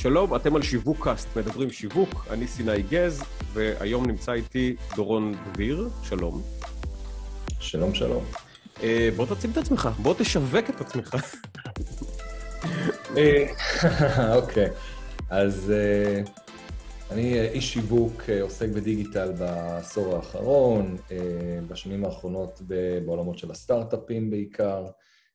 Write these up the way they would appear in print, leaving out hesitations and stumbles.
שלום, אתם על שיווק קאסט, מדברים שיווק, אני סיני גז, והיום נמצא איתי דורון דביר, שלום. שלום, שלום. בוא תציג את עצמך, בוא תשווק את עצמך. אוקיי, אז אני איש שיווק, עוסק בדיגיטל בעשור האחרון, בשנים האחרונות בעולמות של הסטארט-אפים בעיקר,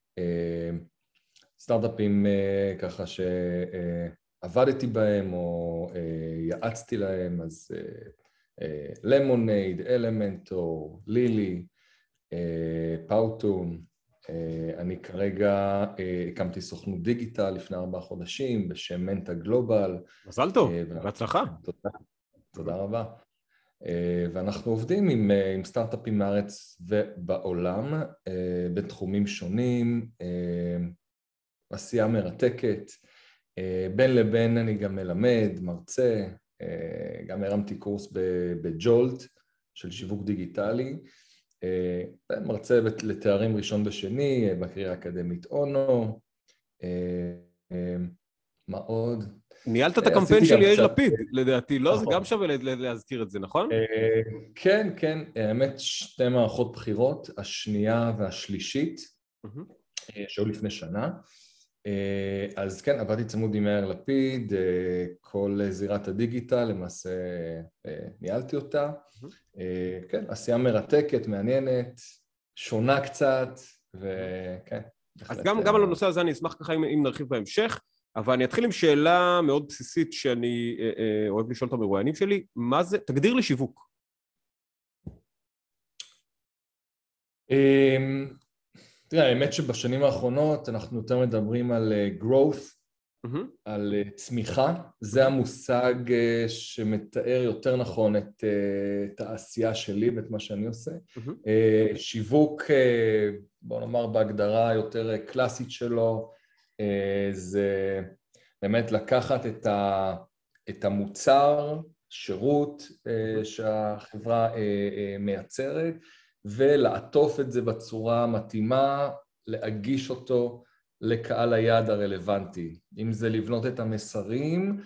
סטארט-אפים ככה שעבדתי בהם או יעצתי להם, אז למונייד, אלמנטור, לילי, פאוטון. אני כרגע הקמתי סוכנות דיגיטל לפני 4 חודשים בשם מנטה גלובל. מזל טוב, בהצלחה. תודה רבה. ואנחנו עובדים עם סטארט-אפים מארץ ובעולם, בתחומים שונים, עשייה מרתקת. בין לבין אני גם מלמד, מרצה, גם הרמתי קורס בג'ולט של שיווק דיגיטלי, מרצה לתארים ראשון ושני, בקריירה האקדמית אונו, מה עוד? ניהלת את הקמפיין של יאיר לפיד, לדעתי, לא? זה גם שווה להזכיר את זה, נכון? כן, כן, האמת 2 מערכות בחירות, השנייה והשלישית, שהיו לפני שנה. אז כן, עבדתי צמוד עם יאיר לפיד, כל זירת הדיגיטל, למעשה ניהלתי אותה. כן, עשייה מרתקת, מעניינת, שונה קצת, וכן. אז גם על הנושא הזה אני אשמח ככה אם נרחיב בהמשך, אבל אני אתחיל עם שאלה מאוד בסיסית שאני אוהב לשאול את המרואיינים שלי, מה זה, תגדיר לי שיווק. תראה, האמת שבשנים האחרונות אנחנו יותר מדברים על growth, על צמיחה, זה המושג שמתאר יותר נכון את העשייה שלי ואת מה שאני עושה. שיווק, בוא נאמר בהגדרה יותר קלאסית שלו, זה באמת לקחת את המוצר, שירות שהחברה מייצרת, ולעטוף את זה בצורה מתאימה, להגיש אותו לקהל היעד הרלוונטי. אם זה לבנות את המסרים,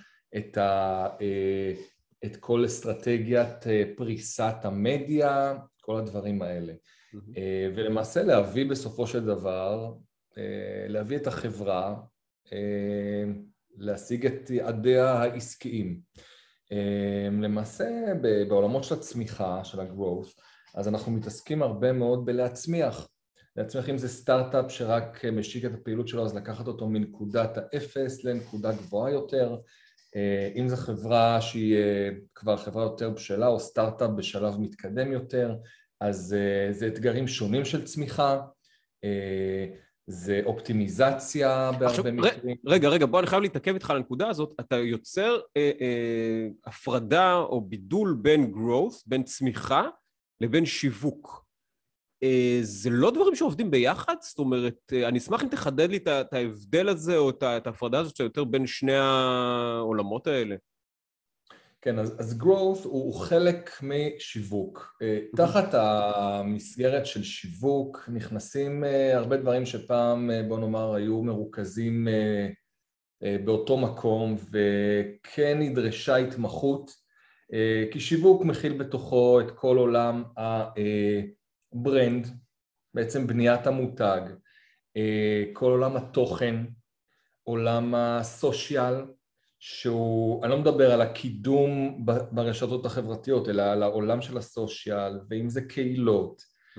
את כל אסטרטגיית פריסת המדיה, כל הדברים האלה. ולמעשה להביא בסופו של דבר, להביא את החברה, להשיג את יעדיה העסקיים. למעשה בעולמות של הצמיחה, של ה-growth, אז אנחנו מתעסקים הרבה מאוד בלהצמיח. להצמיח אם זה סטארט-אפ שרק משיק את הפעילות שלו, אז לקחת אותו מנקודת האפס לנקודה גבוהה יותר. אם זו חברה שהיא כבר חברה יותר בשלה, או סטארט-אפ בשלב מתקדם יותר, אז זה אתגרים שונים של צמיחה, זה אופטימיזציה בהרבה מקרים. רגע, בוא אני חייב להתעכב איתך על הנקודה הזאת, אתה יוצר הפרדה או בידול בין growth, בין צמיחה, לבין שיווק. זה לא דברים שעובדים ביחד? זאת אומרת, אני אשמח אם תחדד לי את ההבדל הזה, או את ההפרדה הזאת שיותר בין שני העולמות האלה. כן, אז growth הוא חלק משיווק. תחת המסגרת של שיווק נכנסים הרבה דברים שפעם, בוא נאמר, היו מרוכזים באותו מקום, וכן נדרשה התמחות, כי שיווק מכיל בתוכו את כל עולם הברנד, בעצם בניית המותג, כל עולם התוכן, עולם הסושיאל, שהוא, אני לא מדבר על הקידום ברשתות החברתיות, אלא על העולם של הסושיאל, ואם זה קהילות,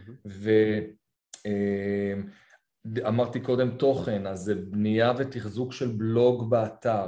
ואמרתי קודם תוכן, אז זה בנייה ותחזוק של בלוג באתר,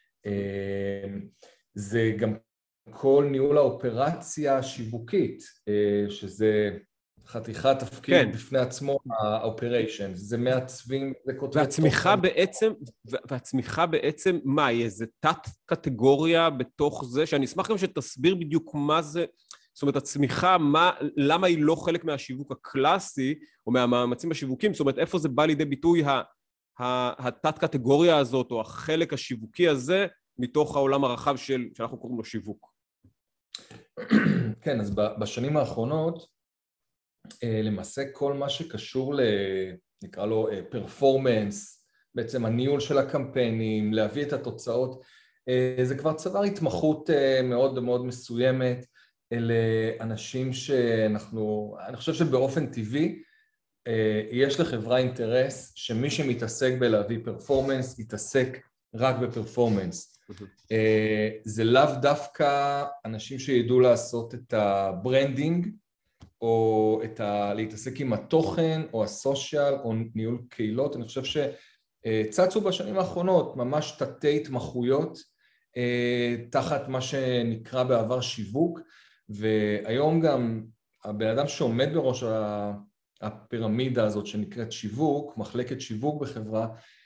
זה גם כל ניהול האופרציה השיווקית, שזה חתיכת תפקיד בפני עצמו, האופריישן, זה מעצבים, זה כותב והצמיחה בעצם, מה, היא איזה תת קטגוריה בתוך זה, שאני אשמח גם שתסביר בדיוק מה זה, זאת אומרת, הצמיחה, למה היא לא חלק מהשיווק הקלאסי, או מהמאמצים השיווקים, זאת אומרת, איפה זה בא לידי ביטוי התת קטגוריה הזאת, או החלק השיווקי הזה, מתוך העולם הרחב שאנחנו קוראים לו שיווק. כן, אז בשנים האחרונות, למעשה כל מה שקשור נקרא לו פרפורמנס, בעצם הניהול של הקמפיינים, להביא את התוצאות, זה כבר צבר התמחות מאוד מאוד מסוימת, אלה אנשים אני חושב שבאופן טבעי, יש לחברה אינטרס שמי שמתעסק בלהביא פרפורמנס, יתעסק רק בפרפורמנס. זה לאו דווקא אנשים שידעו לעשות את הברנדינג, או להתעסק עם התוכן, או הסושיאל, או ניהול קהילות. אני חושב שצצו בשנים האחרונות ממש תתי התמחויות, תחת מה שנקרא בעבר שיווק, והיום גם הבן אדם שעומד בראש הפירמידה הזאת שנקראת שיווק, מחלקת שיווק בחברה,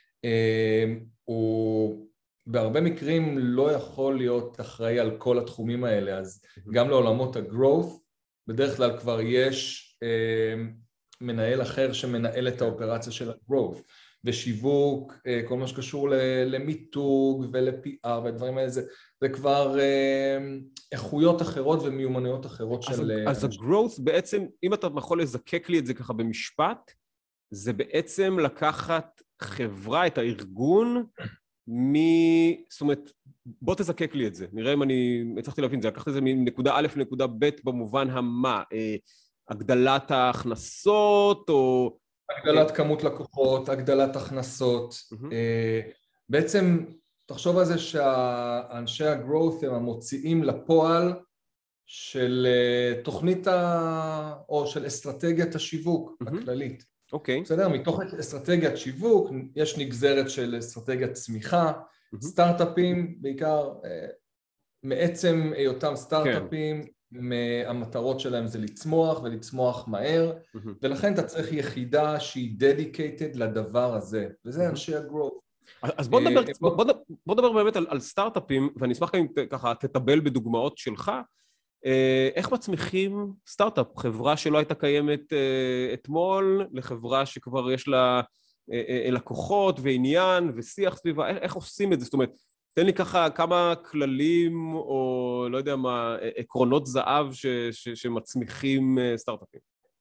הוא בהרבה מקרים לא יכול להיות אחראי על כל התחומים האלה, אז גם לעולמות ה-growth, בדרך כלל כבר יש מנהל אחר שמנהל את האופרציה של ה-growth, ושיווק, כל מה שקשור למיתוג ול-PR והדברים האלה, זה כבר איכויות אחרות ומיומנויות אחרות של... אז ה-growth בעצם, אם אתה יכול לזקק לי את זה ככה במשפט, זה בעצם לקחת חברה, את הארגון, זאת אומרת, בוא תזקק לי את זה, נראה אם אני הצלחתי להבין, זה לקחת את זה מנקודה א' לנקודה ב' במובן המה, הגדלת ההכנסות או... הגדלת כמות לקוחות, הגדלת הכנסות, בעצם תחשוב על זה שהאנשי הגרוות הם המוציאים לפועל של תוכנית או של אסטרטגיית השיווק הכללית. אוקיי. בסדר? מתוך אסטרטגיית שיווק יש נגזרת של אסטרטגיית צמיחה, סטארט-אפים בעיקר, מעצם היותם סטארט-אפים, המטרות שלהם זה לצמוח ולצמוח מהר, ולכן אתה צריך יחידה שהיא dedicated לדבר הזה, וזה אנשי הגרוות. אז בוא נדבר באמת על סטארט-אפים, ואני אשמח אם ככה תטבל בדוגמאות שלך, איך מצמיחים סטארט-אפ? חברה שלא הייתה קיימת אתמול, לחברה שכבר יש לה לקוחות ועניין ושיח סביבה, איך עושים את זה? זאת אומרת, תן לי ככה כמה כללים או לא יודע מה, עקרונות זהב שמצמיחים סטארט-אפים.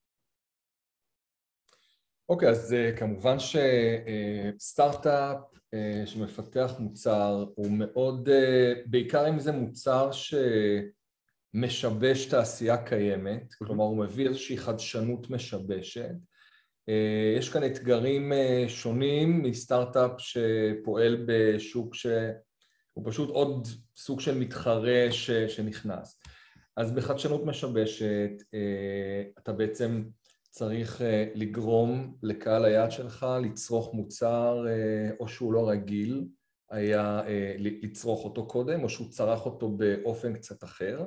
אוקיי, אז כמובן שסטארט-אפ שמפתח מוצר הוא מאוד, בעיקר אם זה מוצר שמשבש תעשייה קיימת, כלומר הוא מביא איזושהי חדשנות משבשת. יש כאן אתגרים שונים מסטארט-אפ שפועל בשוק שהוא פשוט עוד סוג של מתחרה שנכנס. אז בחדשנות משבשת אתה בעצם צריך לגרום לקהל היעד שלך לצרוך מוצר או שהוא לא רגיל היה לצרוך אותו קודם, או שהוא צרך אותו באופן קצת אחר,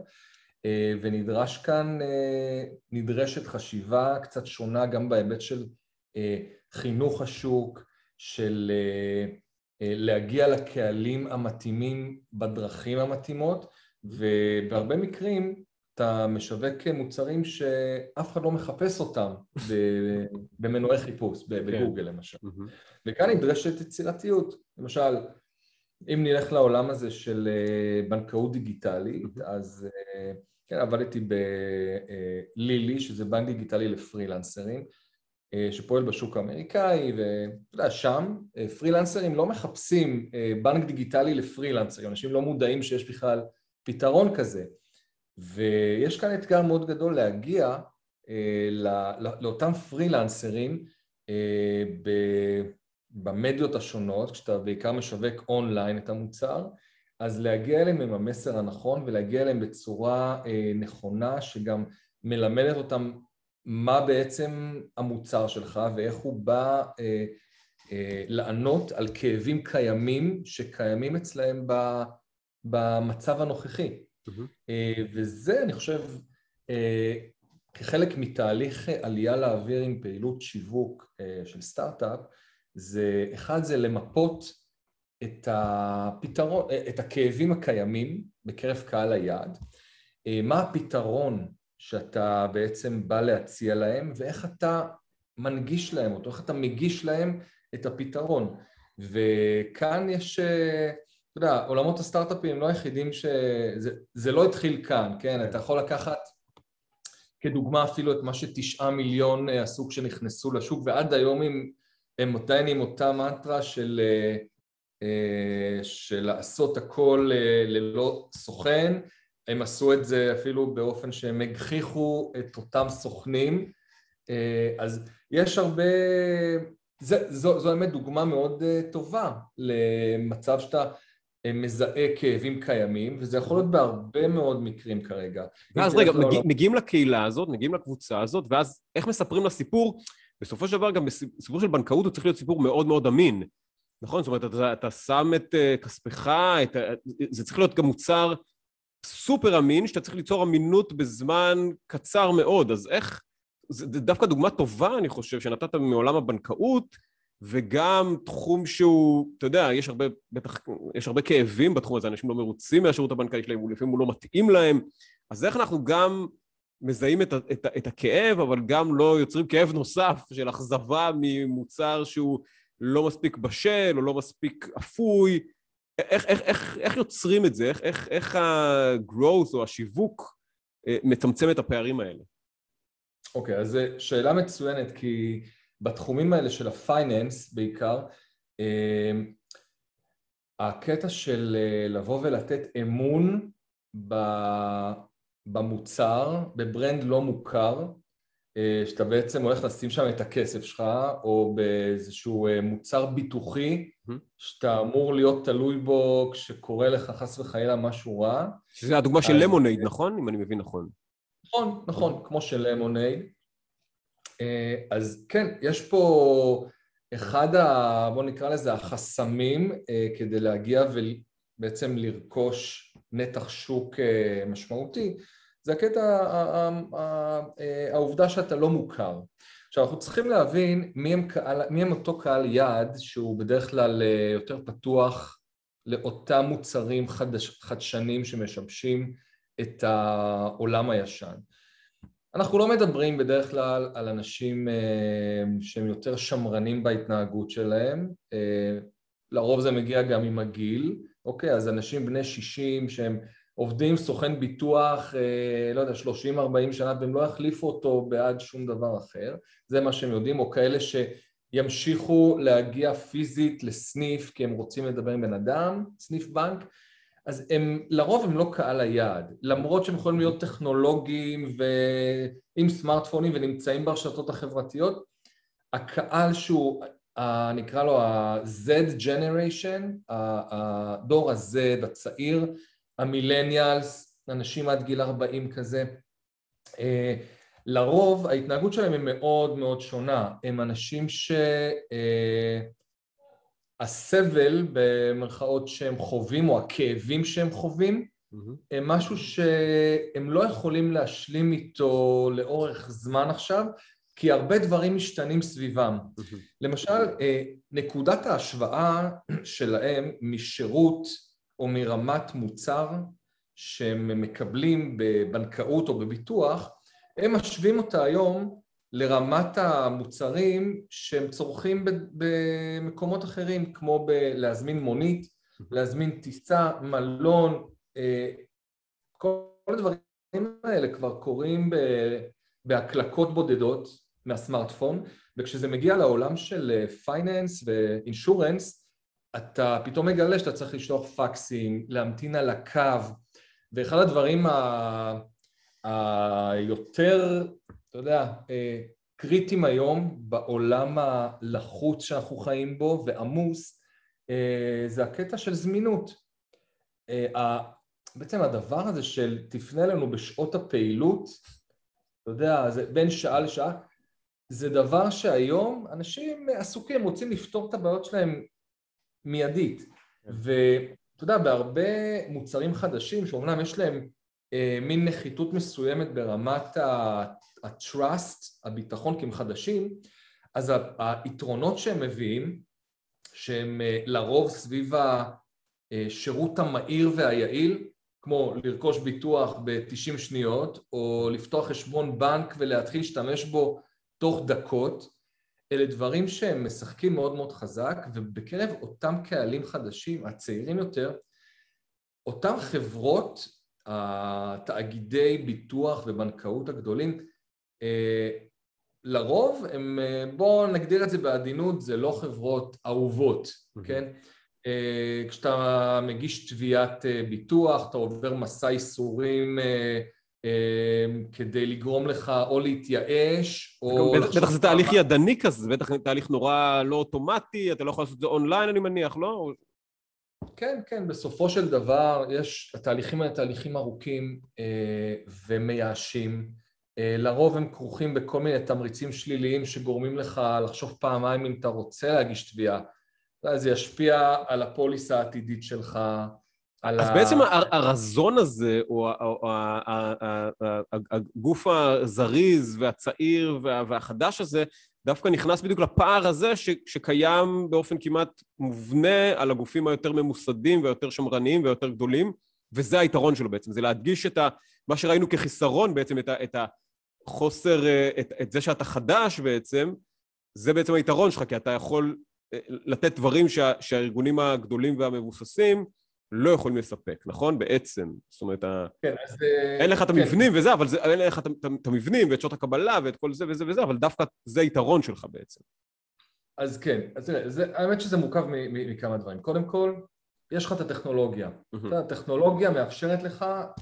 נדרשת חשיבה קצת שונה גם בהיבט של חינוך השוק, של להגיע לקהלים המתאימים בדרכים המתאימות, ובהרבה מקרים אתה משווק מוצרים שאף אחד לא מחפש אותם במנועי חיפוש, בגוגל למשל. וכאן נדרשת יצירתיות. למשל, אם נלך לעולם הזה של בנקאות דיגיטלית, אז כן, עבדתי בלילי, שזה בנק דיגיטלי לפרילנסרים, שפועל בשוק האמריקאי, ושם פרילנסרים לא מחפשים בנק דיגיטלי לפרילנסרים, אנשים לא מודעים שיש בכלל פתרון כזה, ויש כאן אתגר מאוד גדול להגיע לאותם פרילנסרים במדיות השונות, כשאתה בעיקר משווק אונליין את המוצר, אז להגיע אליהם עם המסר הנכון ולהגיע אליהם בצורה נכונה שגם מלמדת אותם מה בעצם המוצר שלך ואיך הוא בא לענות על כאבים קיימים שקיימים אצלהם במצב הנוכחי. וזה אני חושב כחלק מתהליך עלייה לאוויר עם פעילות שיווק של סטארט-אפ, אחד זה למפות את הפתרון, את הכאבים הקיימים בקרב קהל היעד, מה הפתרון שאתה בעצם בא להציע להם, ואיך אתה מנגיש להם אותו, איך אתה מגיש להם את הפתרון. וכאן יש, אתה יודע, עולמות הסטארט-אפים לא היחידים זה לא התחיל כאן, כן? אתה יכול לקחת כדוגמה אפילו את מה ש9 מיליון הסוג שנכנסו לשוק, ועד היום הם עדיין עם אותה מנטרה של של לעשות הכל ללא סוכן, הם עשו את זה אפילו באופן שהם הגחיכו את אותם סוכנים, אז יש הרבה, זו האמת דוגמה מאוד טובה למצב שאתה מזהה כאבים קיימים, וזה יכול להיות בהרבה מאוד מקרים כרגע. ואז רגע, מגיעים לקהילה הזאת, מגיעים לקבוצה הזאת, ואז איך מספרים לסיפור? בסופו של דבר גם סיפור של בנקאות הוא צריך להיות סיפור מאוד מאוד אמין, נכון? זאת אומרת, אתה שם את כספך, זה צריך להיות גם מוצר סופר אמין, שאתה צריך ליצור אמינות בזמן קצר מאוד, אז איך, זה דווקא דוגמה טובה, אני חושב, שנתת מעולם הבנקאות, וגם תחום שהוא, אתה יודע, יש הרבה כאבים בתחום הזה, אנשים לא מרוצים מהשירות הבנקאי שלהם, ולפעמים הוא לא מתאים להם, אז איך אנחנו גם מזהים את הכאב, אבל גם לא יוצרים כאב נוסף של אכזבה ממוצר שהוא לא מספיק בשל, או לא מספיק אפוי, איך יוצרים את זה? איך ה-growth או השיווק מצמצם את הפערים האלה? אוקיי, אז זו שאלה מצוינת, כי בתחומים האלה של הפייננס בעיקר, הקטע של לבוא ולתת אמון במוצר, בברנד לא מוכר, שאתה בעצם הולך לשים שם את הכסף שלך, או באיזשהו מוצר ביטוחי, שאתה אמור להיות תלוי בו כשקורה לך חס וחלילה משהו רע. שזה הדוגמה של למונייד, נכון? אם אני מבין נכון. נכון, כמו של למונייד. אז כן, יש פה אחד, בוא נקרא לזה, החסמים כדי להגיע ובעצם לרכוש נתח שוק משמעותי, זה הקטע, העובדה שאתה לא מוכר. עכשיו, אנחנו צריכים להבין מי הם אותו קהל יעד, שהוא בדרך כלל יותר פתוח לאותם מוצרים חדשנים שמשבשים את העולם הישן. אנחנו לא מדברים בדרך כלל על אנשים שהם יותר שמרנים בהתנהגות שלהם, לרוב זה מגיע גם עם הגיל, אוקיי? אז אנשים בני 60 שהם עובדים סוכן ביטוח, לא יודע, 30-40 שנה, והם לא יחליפו אותו בעד שום דבר אחר, זה מה שהם יודעים, או כאלה שימשיכו להגיע פיזית לסניף, כי הם רוצים לדבר עם בן אדם, סניף בנק, אז לרוב הם לא קהל היעד, למרות שהם יכולים להיות טכנולוגיים ועם סמארטפונים ונמצאים ברשתות החברתיות, הקהל שהוא, נקרא לו ה-Z Generation, הדור ה-Z, הצעיר, המילניאלס, אנשים עד גיל 40 כזה, לרוב ההתנהגות שלהם היא מאוד מאוד שונה, הם אנשים הסבל במרכאות שהם חווים, או הכאבים שהם חווים, הם משהו שהם לא יכולים להשלים איתו לאורך זמן עכשיו, כי הרבה דברים משתנים סביבם. למשל, נקודת ההשוואה שלהם משירות או מרמת מוצר שהם מקבלים בבנקאות או בביטוח, הם משווים אותה היום לרמת המוצרים שהם צורכים במקומות אחרים, כמו להזמין מונית, להזמין טיסה, מלון, כל הדברים האלה כבר קורים בהקלקות בודדות מהסמארטפון, וכשזה מגיע לעולם של פייננס ואינשורנס, אתה פתאום מגלה שאתה צריך לשלוח פקסים, להמתין על הקו, ואחד הדברים היותר, אתה יודע, קריטיים היום בעולם הלחוץ שאנחנו חיים בו ועמוס, זה הקטע של זמינות. בעצם הדבר הזה של תפנה לנו בשעות הפעילות, אתה יודע, זה בין שעה לשעה, זה דבר שהיום אנשים עסוקים, רוצים לפתור את הבעיות שלהם מיידית. ואתה יודע, בהרבה מוצרים חדשים, שאומנם יש להם מין נחיתות מסוימת ברמת ה-trust, הביטחון, כי הם חדשים, אז היתרונות שהם מביאים, שהם לרוב סביב השירות המהיר והיעיל, כמו לרכוש ביטוח ב-90 שניות, או לפתוח חשבון בנק ולהתחיל להשתמש בו תוך דקות, אלה דברים שהם משחקים מאוד מאוד חזק, ובקרב אותם קהלים חדשים, הצעירים יותר, אותם חברות, התאגידי ביטוח ובנקאות הגדולים, לרוב הם, בואו נגדיר את זה בעדינות, זה לא חברות אהובות, כן? כשאתה מגיש תביעת ביטוח, אתה עובר מסע ייסורים כדי לגרום לך או להתייאש, או בטח זה תהליך ידני כזה, זה בטח תהליך נורא לא אוטומטי, אתה לא יכול לעשות את זה אונליין, אני מניח, לא? כן, כן, בסופו של דבר התהליכים האלה תהליכים ארוכים ומייאשים. לרוב הם כרוכים בכל מיני תמריצים שליליים שגורמים לך לחשוב פעמיים אם אתה רוצה להגיש תביעה. זה ישפיע על הפוליסה העתידית שלך, אז בעצם הרזון הזה, או הגוף הזריז והצעיר והחדש הזה, דווקא נכנס בדיוק לפער הזה שקיים באופן כמעט מובנה על הגופים היותר ממוסדים ויותר שמרניים ויותר גדולים, וזה היתרון שלו בעצם, זה להדגיש את מה שראינו כחיסרון בעצם, את החוסר, את זה שאתה חדש בעצם, זה בעצם היתרון שלך, כי אתה יכול לתת דברים שהארגונים הגדולים והמבוססים לא יכולים לספק, נכון? בעצם, זאת אומרת, כן, אין לך את המבנים וזה, אבל אין לך את המבנים ואת שעות הקבלה ואת כל זה וזה וזה, אבל דווקא זה יתרון שלך בעצם. אז כן, אז תראה, האמת שזה מורכב מכמה דברים. קודם כל, יש לך את הטכנולוגיה. הטכנולוגיה מאפשרת לך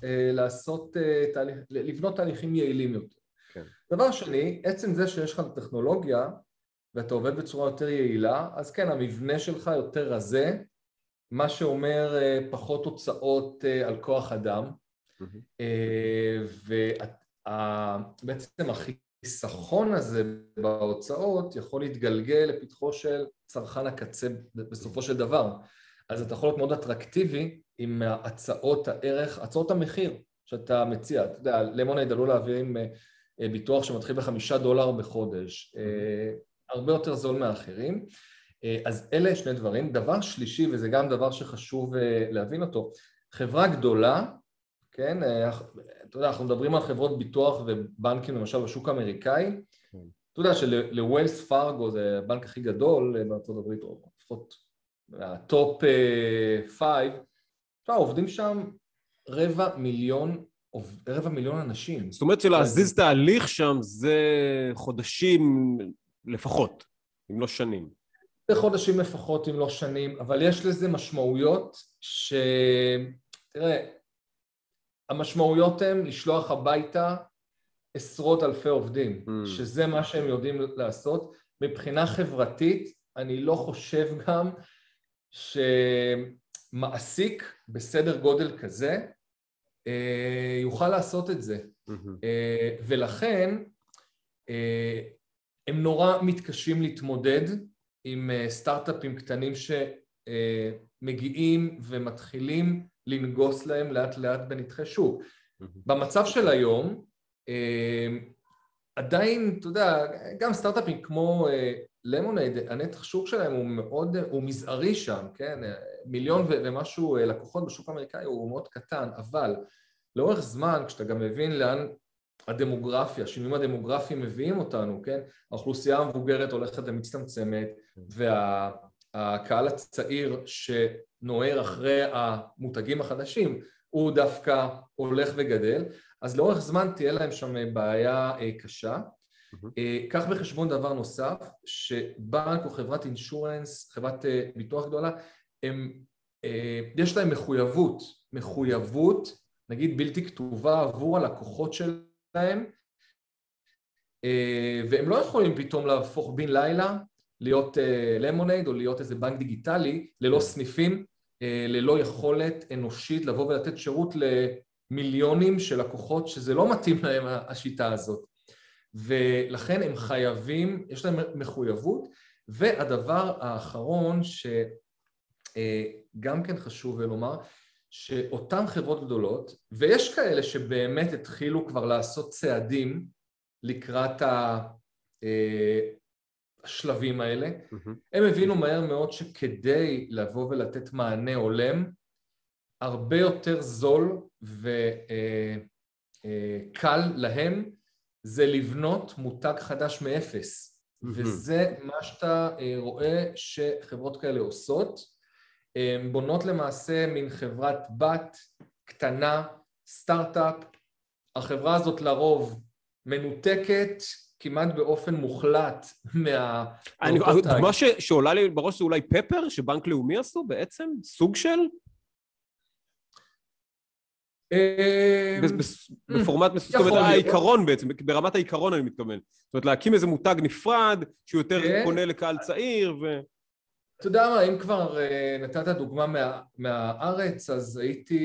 לבנות תהליכים יעילים יותר. דבר שני, עצם זה שיש לך את הטכנולוגיה, ואתה עובד בצורה יותר יעילה, אז כן, המבנה שלך יותר רזה, מה שאומר פחות הוצאות על כוח אדם, ובעצם החיסכון הזה בהוצאות יכול להתגלגל לפתחו של צרכן הקצה בסופו של דבר. אז אתה יכול להיות מאוד אטרקטיבי עם הצעות הערך, הצעות המחיר שאתה מציע. אתה יודע, למונייד עלול להעביר עם ביטוח שמתחיל $5 בחודש, הרבה יותר זול מאחרים. אז אלה שני דברים. דבר שלישי, וזה גם דבר שחשוב להבין אותו, חברה גדולה, כן, אתה יודע, אנחנו מדברים על חברות ביטוח ובנקים, למשל בשוק האמריקאי, אתה יודע שלווילס פארגו, זה הבנק הכי גדול בארצות הברית, או לפחות הטופ 5, עובדים שם 250,000 אנשים. זאת אומרת שלהזיז תהליך שם זה חודשים לפחות, אם לא שנים. זה חודשים לפחות, אם לא שנים, אבל יש לזה משמעויות תראה, המשמעויות הן לשלוח הביתה עשרות אלפי עובדים, שזה מה שהם יודעים לעשות. מבחינה חברתית, אני לא חושב גם שמעסיק בסדר גודל כזה יוכל לעשות את זה. ולכן הם נורא מתקשים להתמודד עם סטארט-אפים קטנים שמגיעים ומתחילים לנגוס להם לאט לאט בנתחי שוק. במצב של היום, עדיין, אתה יודע, גם סטארט-אפים כמו למונייד, הנתח שוק שלהם הוא מזערי שם, כן? 1,000,000 ומשהו לקוחות בשוק האמריקאי הוא מאוד קטן, אבל לאורך זמן, כשאתה גם מבין לאן הדמוגרפיה, השינויים הדמוגרפיים מביאים אותנו, כן? האוכלוסייה המבוגרת הולכת ומצטמצמת, והקהל הצעיר שנוער אחרי המותגים החדשים, הוא דווקא הולך וגדל, אז לאורך זמן תהיה להם שם בעיה קשה. קח בחשבון דבר נוסף, שבנק או חברת אינשורנס, חברת ביטוח גדולה, יש להם מחויבות, נגיד בלתי כתובה עבור הלקוחות שלהם, והם לא יכולים פתאום להפוך בן לילה, להיות למונייד או להיות איזה בנק דיגיטלי, ללא סניפים, ללא יכולת אנושית לבוא ולתת שירות למיליונים של לקוחות, שזה לא מתאים להם השיטה הזאת. ולכן הם חייבים, יש להם מחויבות, והדבר האחרון שגם כן חשוב לומר, שאותן חברות גדולות, ויש כאלה שבאמת התחילו כבר לעשות צעדים לקראת השלבים האלה, הם הבינו מהר מאוד שכדי לבוא ולתת מענה הולם, הרבה יותר זול וקל להם, זה לבנות מותג חדש מאפס, וזה מה שאתה רואה שחברות כאלה עושות, בונות למעשה מין חברת בת קטנה, סטארט-אפ, החברה הזאת לרוב מנותקת, כמעט באופן מוחלט דוגמה שעולה לי בראש זה אולי פפר, שבנק לאומי עשו בעצם? סוג של? בפורמט מסוים, זאת אומרת, העיקרון בעצם, ברמת העיקרון אני מתכוון. זאת אומרת, להקים איזה מותג נפרד, שהוא יותר פונה לקהל צעיר ו... אתה יודע מה, אם כבר נתת דוגמה מהארץ, אז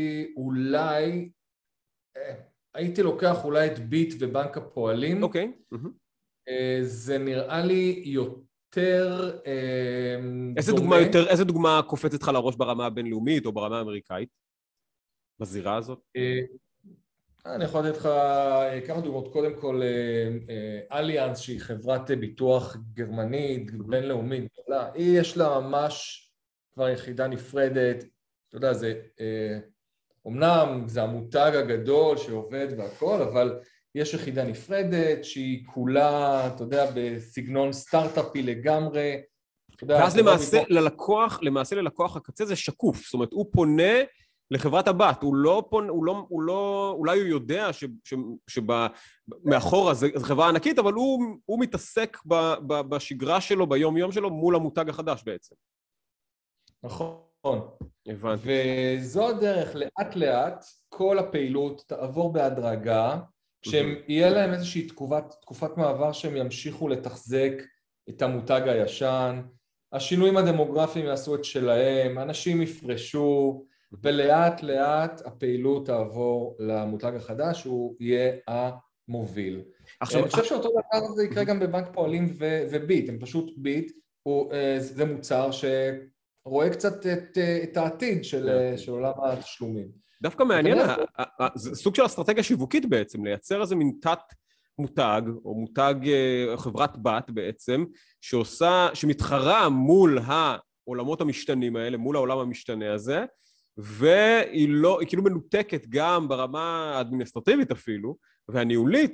הייתי לוקח אולי את ביט ובנק הפועלים. אוקיי. זה נראה לי יותר דומה. איזה דוגמה קופצת לך לראש ברמה הבינלאומית או ברמה האמריקאית? בזירה הזאת? אני יכול לתת לך כמה דוגמאות. קודם כל, אליאנס, שהיא חברת ביטוח גרמנית, בינלאומית גדולה, יש לה ממש כבר יחידה נפרדת. אתה יודע, אמנם זה המותג הגדול שעובד והכל, אבל יש יחידה נפרדת שהיא כולה, אתה יודע, בסגנון סטארט-אפי לגמרי. ואז למעשה ללקוח הקצה זה שקוף, זאת אומרת, הוא פונה לחברת הבת, אולי הוא יודע שמאחורה זו חברה ענקית, אבל הוא מתעסק בשגרה שלו, ביום יום שלו, מול המותג החדש בעצם. נכון. הבנתי. וזו הדרך, לאט לאט, כל הפעילות תעבור בהדרגה, שיהיה להם איזושהי תקופת מעבר שהם ימשיכו לתחזק את המותג הישן, השינויים הדמוגרפיים יעשו את שלהם, אנשים יפרשו, ולאט לאט הפעילות תעבור למותג החדש, הוא יהיה המוביל. אני חושב שאותו דבר זה יקרה גם בבנק פועלים וביט, הם פשוט ביט, זה מוצר שרואה קצת את העתיד של עולם התשלומים. דווקא מעניין, זה סוג של אסטרטגיה שיווקית בעצם, לייצר איזה מין תת מותג, או מותג חברת בת בעצם, שמתחרה מול העולמות המשתנים האלה, מול העולם המשתנה הזה, והיא כאילו מנותקת גם ברמה האדמיניסטרטיבית אפילו, והניהולית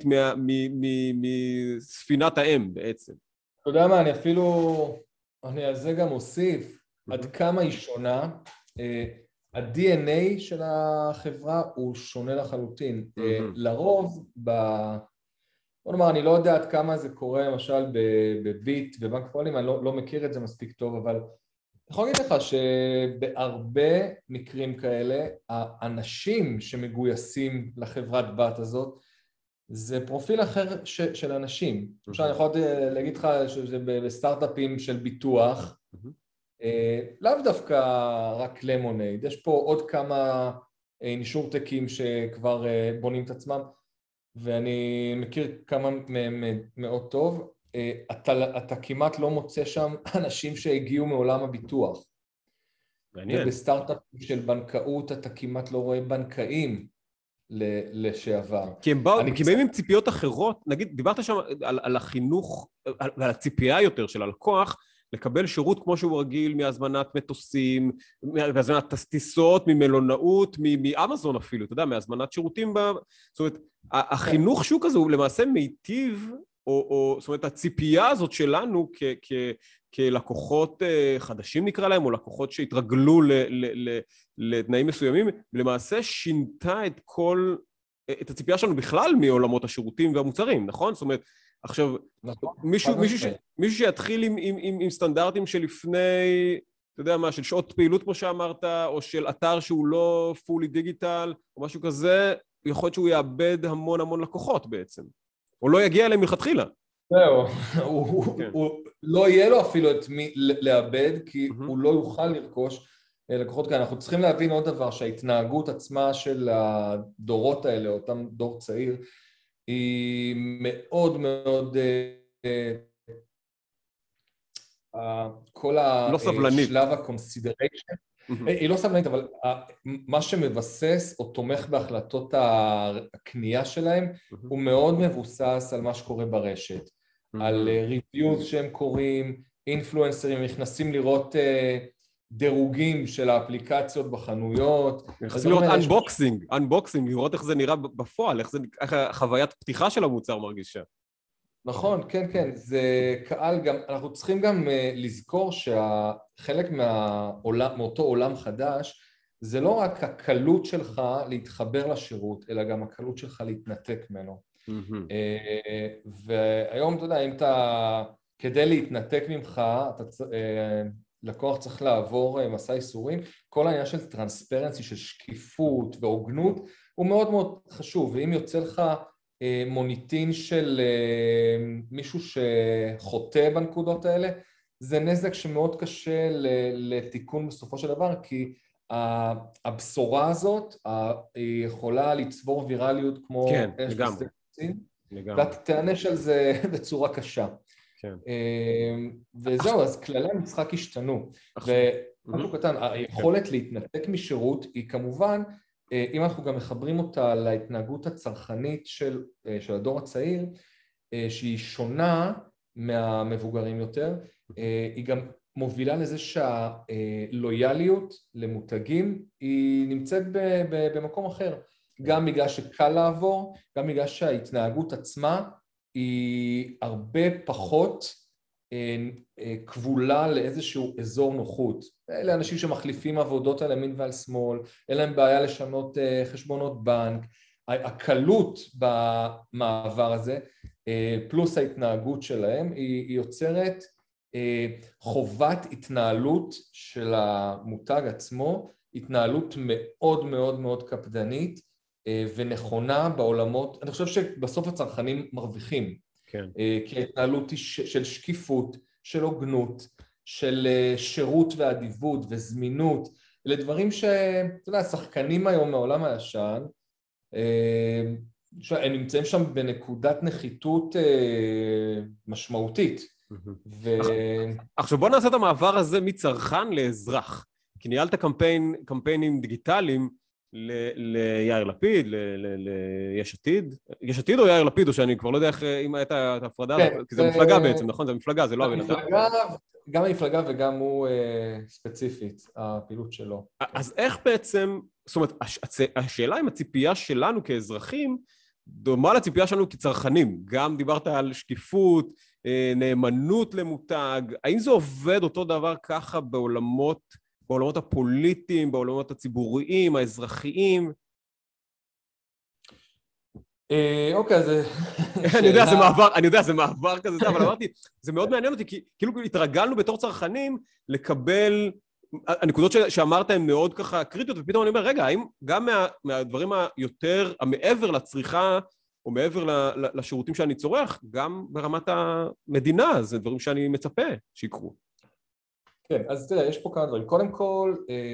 מספינת האם בעצם. אתה יודע מה, אני על זה גם אוסיף, עד כמה היא שונה, ה-DNA של החברה הוא שונה לחלוטין. לרוב, בוא נאמר, אני לא יודע עד כמה זה קורה למשל בביט ובנק פועלים, אני לא מכיר את זה מספיק טוב, אבל אני יכול להגיד לך שבהרבה מקרים כאלה, האנשים שמגויסים לחברת בת הזאת, זה פרופיל אחר של אנשים. למשל, אני יכול להגיד לך שזה בסטארט-אפים של ביטוח, לאו דווקא רק למונייד, יש פה עוד כמה נישורטקים שכבר בונים את עצמם, ואני מכיר כמה מהם מאוד טוב. אתה כמעט לא מוצא שם אנשים שהגיעו מעולם הביטוח. ובסטארט-אפים של בנקאות אתה כמעט לא רואה בנקאים לשעבר. כי הם באים עם ציפיות אחרות, נגיד, דיברת שם על החינוך ועל הציפייה יותר של הלקוח, לקבל שירות כמו שהוא רגיל מהזמנת מטוסים, מהזמנת טיסות, ממלונאות, מאמזון אפילו, אתה יודע, מהזמנת שירותים, זאת אומרת, החינוך שוק הזה הוא למעשה מיטיב, או זאת אומרת, הציפייה הזאת שלנו כלקוחות חדשים נקרא להם, או לקוחות שהתרגלו לתנאים מסוימים, למעשה שינתה את הציפייה שלנו בכלל מעולמות השירותים והמוצרים, נכון? זאת אומרת, עכשיו, מישהו שיתחיל עם סטנדרטים שלפני, אתה יודע מה, של שעות פעילות כמו שאמרת, או של אתר שהוא לא פולי דיגיטל, או משהו כזה, יכול להיות שהוא יאבד המון לקוחות בעצם, או לא יגיע אליהם מלכתחילה. זהו, הוא לא יהיה לו אפילו את מי לאבד, כי הוא לא יוכל לרכוש לקוחות כאלה. אנחנו צריכים להבין עוד דבר, שההתנהגות עצמה של הדורות האלה, אותם דור צעיר, היא מאוד כל השלב הקונסידריישן, היא לא סבלנית, אבל מה שמבסס או תומך בהחלטות הקנייה שלהם, הוא מאוד מבוסס על מה שקורה ברשת, על ריוויוז שהם קוראים, אינפלואנסרים, נכנסים לראות דירוגים של האפליקציות בחנויות. נכנסים לראות אנבוקסינג, לראות איך זה נראה בפועל, איך החוויית פתיחה של המוצר מרגישה. נכון, כן, זה קהל גם, אנחנו צריכים גם לזכור שהחלק מאותו עולם חדש, זה לא רק הקלות שלך להתחבר לשירות, אלא גם הקלות שלך להתנתק ממנו. והיום, אתה יודע, אם אתה, כדי להתנתק ממך, לקוח צריך לעבור מסע ייסורים, כל העניין של טרנספרנסי, של שקיפות והוגנות, הוא מאוד מאוד חשוב, ואם יוצא לך מוניטין של מישהו שחוטא בנקודות האלה, זה נזק שמאוד קשה לתיקון בסופו של דבר, כי הבשורה הזאת היא יכולה לצבור ויראליות כמו כן, אש לגמרי. ואתה תענש על זה בצורה קשה. כן. וזהו, אז כללי המשחק השתנו. ומשהו קטן, היכולת להתנתק משירות היא כמובן, אם אנחנו גם מחברים אותה להתנהגות הצרכנית של הדור הצעיר, שהיא שונה מהמבוגרים יותר, היא גם מובילה לזה שהלויאליות למותגים היא נמצאת במקום אחר. גם בגלל שקל לעבור, גם בגלל שההתנהגות עצמה היא הרבה פחות כבולה לאיזשהו אזור נוחות. אלה אנשים שמחליפים עבודות על ימין ועל שמאל, אין להם בעיה לשנות חשבונות בנק. הקלות במעבר הזה, פלוס ההתנהגות שלהם, היא יוצרת חובת התנהלות של המותג עצמו, התנהלות מאוד מאוד מאוד קפדנית ונכונה בעולמות. אני חושב שבסוף הצרכנים מרוויחים, כן. כי ההתנהלות היא של שקיפות, של הוגנות, של שירות ואדיבות וזמינות, אלה דברים שאתה יודע, השחקנים היום מעולם הישן, הם נמצאים שם בנקודת נחיתות משמעותית. עכשיו בוא נעשה את המעבר הזה מצרכן לאזרח, כי ניהלת קמפיינים דיגיטליים ליאיר לפיד, ליש עתיד, יש עתיד או יאיר לפיד, או שאני כבר לא יודע אם הייתה את ההפרדה, כי זה מפלגה בעצם, נכון? זה מפלגה, זה לא הבן אדם. גם המפלגה וגם הוא ספציפית, הפעילות שלו. אז איך בעצם, זאת אומרת, השאלה אם הציפייה שלנו כאזרחים, דומה לציפייה שלנו כצרכנים, גם דיברת על שקיפות, נאמנות למותג, האם זה עובד אותו דבר ככה בעולמות הפוליטיים, בעולמות הציבוריים, האזרחיים? אוקיי, זה... אני יודע, זה מעבר כזה, אבל אמרתי, זה מאוד מעניין אותי, כי כאילו התרגלנו בתור צרכנים לקבל, הנקודות שאמרת הן מאוד ככה קריטיות, ופתאום אני אומר, רגע, האם גם מהדברים היותר, המעבר לצריכה, או מעבר לשירותים שאני צורך, גם ברמת המדינה, זה דברים שאני מצפה שיקרו. כן, אז תראה, יש פה כמה דברים. קודם כל,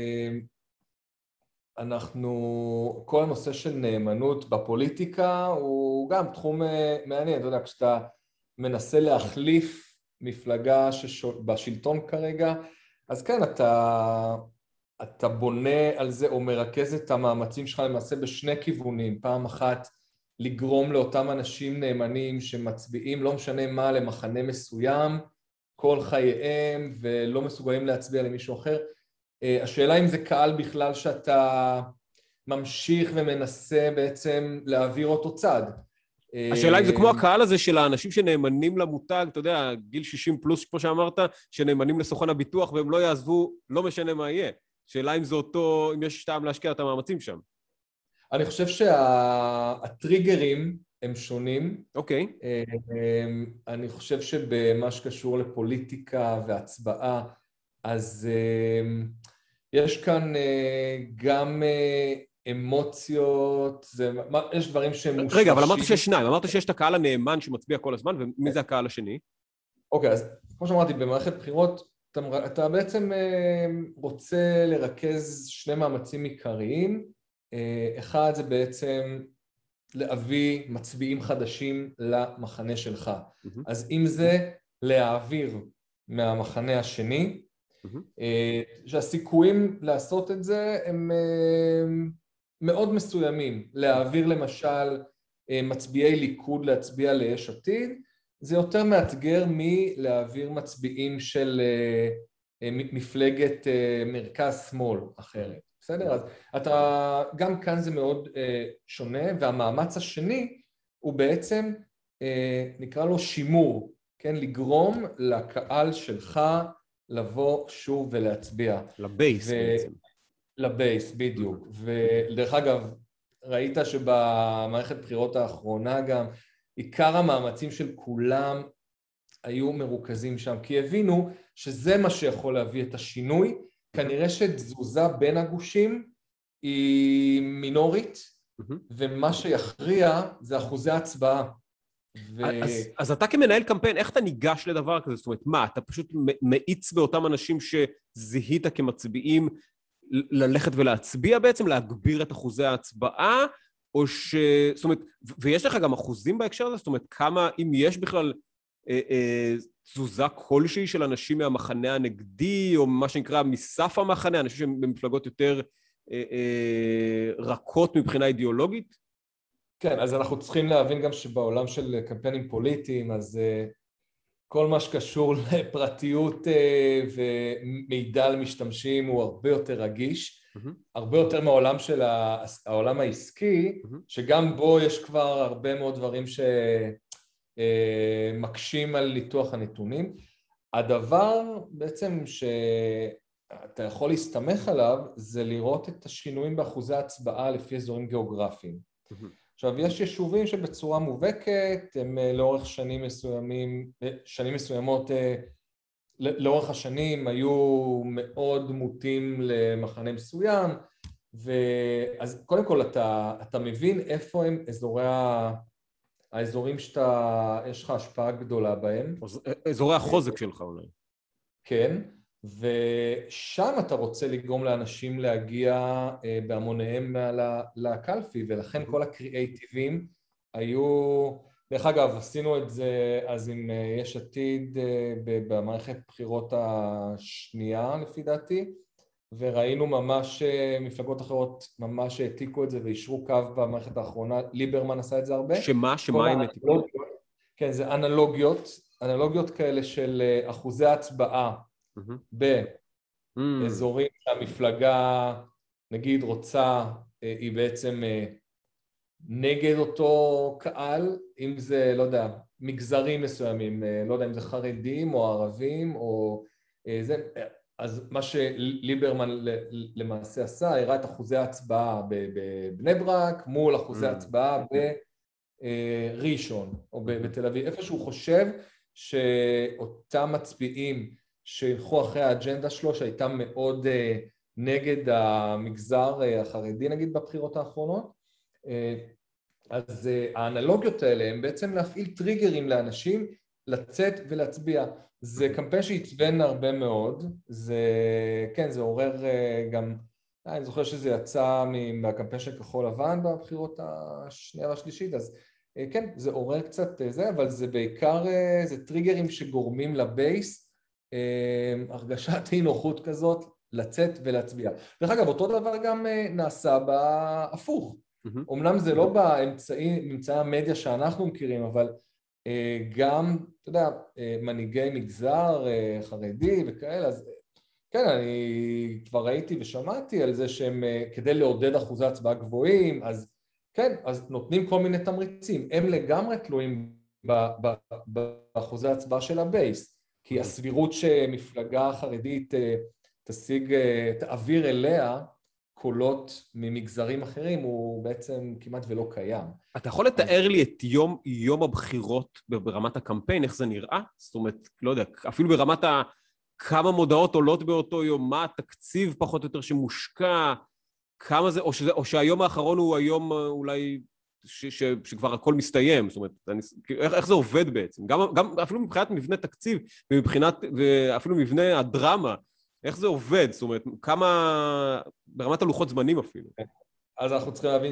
כל הנושא של נאמנות בפוליטיקה הוא גם תחום מעניין. אתה יודע, כשאתה מנסה להחליף מפלגה בשלטון כרגע, אז כן, אתה בונה על זה או מרכז את המאמצים שלך למעשה בשני כיוונים. פעם אחת, לגרום לאותם אנשים נאמנים שמצביעים, לא משנה מה, למחנה מסוים, כל חייהם, ולא מסוגלים להצביע למישהו אחר. השאלה אם זה קהל בכלל שאתה ממשיך ומנסה בעצם להעביר אותו צד. השאלה אם זה כמו הקהל הזה של האנשים שנאמנים למותג, אתה יודע, גיל 60 פלוס, כמו שאמרת, שנאמנים לסוכן הביטוח, והם לא יעזבו, לא משנה מה יהיה. שאלה אם זה אותו, אם יש טעם להשקיע את המאמצים שם. אני חושב שהטריגרים הם שונים. אוקיי. אני חושב שבמה שקשור לפוליטיקה והצבעה, אז יש כאן גם אמוציות, יש דברים שהם מושרשים. רגע, אבל אמרת שיש שניים, אמרת שיש את הקהל הנאמן שמצביע כל הזמן, ומי זה הקהל השני? אוקיי, אז כמו שאמרתי, במערכת בחירות, אתה בעצם רוצה לרכז שני מאמצים עיקריים. אחד זה בעצם להביא מצביעים חדשים למחנה שלך. אז אם זה להעביר מהמחנה השני, שהסיכויים לעשות את זה הם מאוד מסוימים. להעביר למשל מצביעי ליכוד להצביע ליש עתיד, זה יותר מאתגר מלהעביר מצביעים של מפלגת מרכז שמאל אחרת. בסדר? אז גם כאן זה מאוד שונה, והמאמץ השני הוא בעצם נקרא לו שימור, כן? לגרום לקהל שלך לבוא שוב ולהצביע. לבייס בעצם. לבייס, בדיוק. ודרך אגב, ראית שבמערכת בחירות האחרונה גם, עיקר המאמצים של כולם היו מרוכזים שם, כי הבינו שזה מה שיכול להביא את השינוי, כנראה שתזוזה בין הגושים היא מינורית, ומה שיכריע זה אחוזי הצבעה. אז אתה כמנהל קמפיין, איך אתה ניגש לדבר כזה? זאת אומרת, מה, אתה פשוט מאיץ באותם אנשים שזיהית כמצביעים ללכת ולהצביע בעצם, להגביר את אחוזי ההצבעה, או זאת אומרת, ויש לך גם אחוזים בהקשר הזה? זאת אומרת, כמה, אם יש בכלל תזוזה כלשהי של אנשים מהמחנה הנגדי, או מה שנקרא מסף המחנה, אנשים שהם במפלגות יותר רכות מבחינה אידיאולוגית? כן, אז אנחנו צריכים להבין גם שבעולם של קמפיינים פוליטיים, אז כל מה שקשור לפרטיות ומידע על משתמשים הוא הרבה יותר רגיש, הרבה יותר מהעולם של העולם העסקי, שגם בו יש כבר הרבה מאוד דברים שמקשים על ניתוח הנתונים. הדבר בעצם שאתה יכול להסתמך עליו זה לראות את השינויים באחוזי ההצבעה לפי אזורים גיאוגרפיים. עכשיו, יש יישובים שבצורה מובהקת, הם לאורך שנים מסוימות, לאורך השנים היו מאוד מוטים למחנה מסוים, אז קודם כל אתה מבין איפה הם האזורים יש לך השפעה גדולה בהם. אזורי החוזק שלך אולי. כן. ושם אתה רוצה לגרום לאנשים להגיע בהמוניהם לקלפי, ולכן כל הקריאייטיבים היו, דרך אגב, עשינו את זה אז עם יש עתיד במערכת בחירות השנייה לפי דעתי, וראינו ממש מפלגות אחרות ממש העתיקו את זה ואישרו קו במערכת האחרונה, ליברמן עשה את זה הרבה. שמה הם העתיקו? כן, זה אנלוגיות כאלה של אחוזי הצבעה, באזורים שהמפלגה נגיד רוצה, היא בעצם נגד אותו קהל, אם זה, לא יודע, מגזרים מסוימים, לא יודע אם זה חרדים או ערבים או זה, אז מה שליברמן למעשה עשה, הראה את אחוזי ההצבעה בבני ברק מול אחוזי ההצבעה בראשון או בתל אביב, איפה שהוא חושב שאותם מצביעים שילכו אחרי האג'נדה שלו, שהייתה מאוד נגד המגזר החרדי, נגיד, בבחירות האחרונות. אז האנלוגיות האלה הם בעצם להפעיל טריגרים לאנשים לצאת ולהצביע. זה קמפיין שהצוון הרבה מאוד, כן, זה עורר גם, אני זוכר שזה יצא מהקמפיין של כחול לבן בבחירות השנייה והשלישית, אז כן, זה עורר קצת זה, אבל זה בעיקר, זה טריגרים שגורמים לבייס, הרגשת אי נוחות כזאת, לצאת ולהצביע. דרך אגב, אותו דבר גם נעשה בהפוך. אמנם זה לא באמצעי המדיה שאנחנו מכירים, אבל גם, אתה יודע, מנהיגי מגזר, חרדי וכאלה, אז כן, אני כבר ראיתי ושמעתי על זה שהם, כדי לעודד אחוזי הצבעה גבוהים, אז כן, אז נותנים כל מיני תמריצים. הם לגמרי תלויים באחוזי הצבעה של הבייס. כי הסבירות שמפלגה חרדית תעביר אליה קולות ממגזרים אחרים הוא בעצם כמעט ולא קיים. אתה יכול לתאר לי את יום הבחירות ברמת הקמפיין, איך זה נראה? זאת אומרת, לא יודע, אפילו ברמת כמה מודעות עולות באותו יום, מה התקציב פחות או יותר שמושקע, כמה זה, או שהיום האחרון הוא היום אולי שכבר הכל מסתיים, זאת אומרת, איך זה עובד בעצם? גם אפילו מבחינת מבנה תקציב, ואפילו מבנה הדרמה, איך זה עובד? זאת אומרת, כמה, ברמת הלוחות זמנים אפילו. אז אנחנו צריכים להבין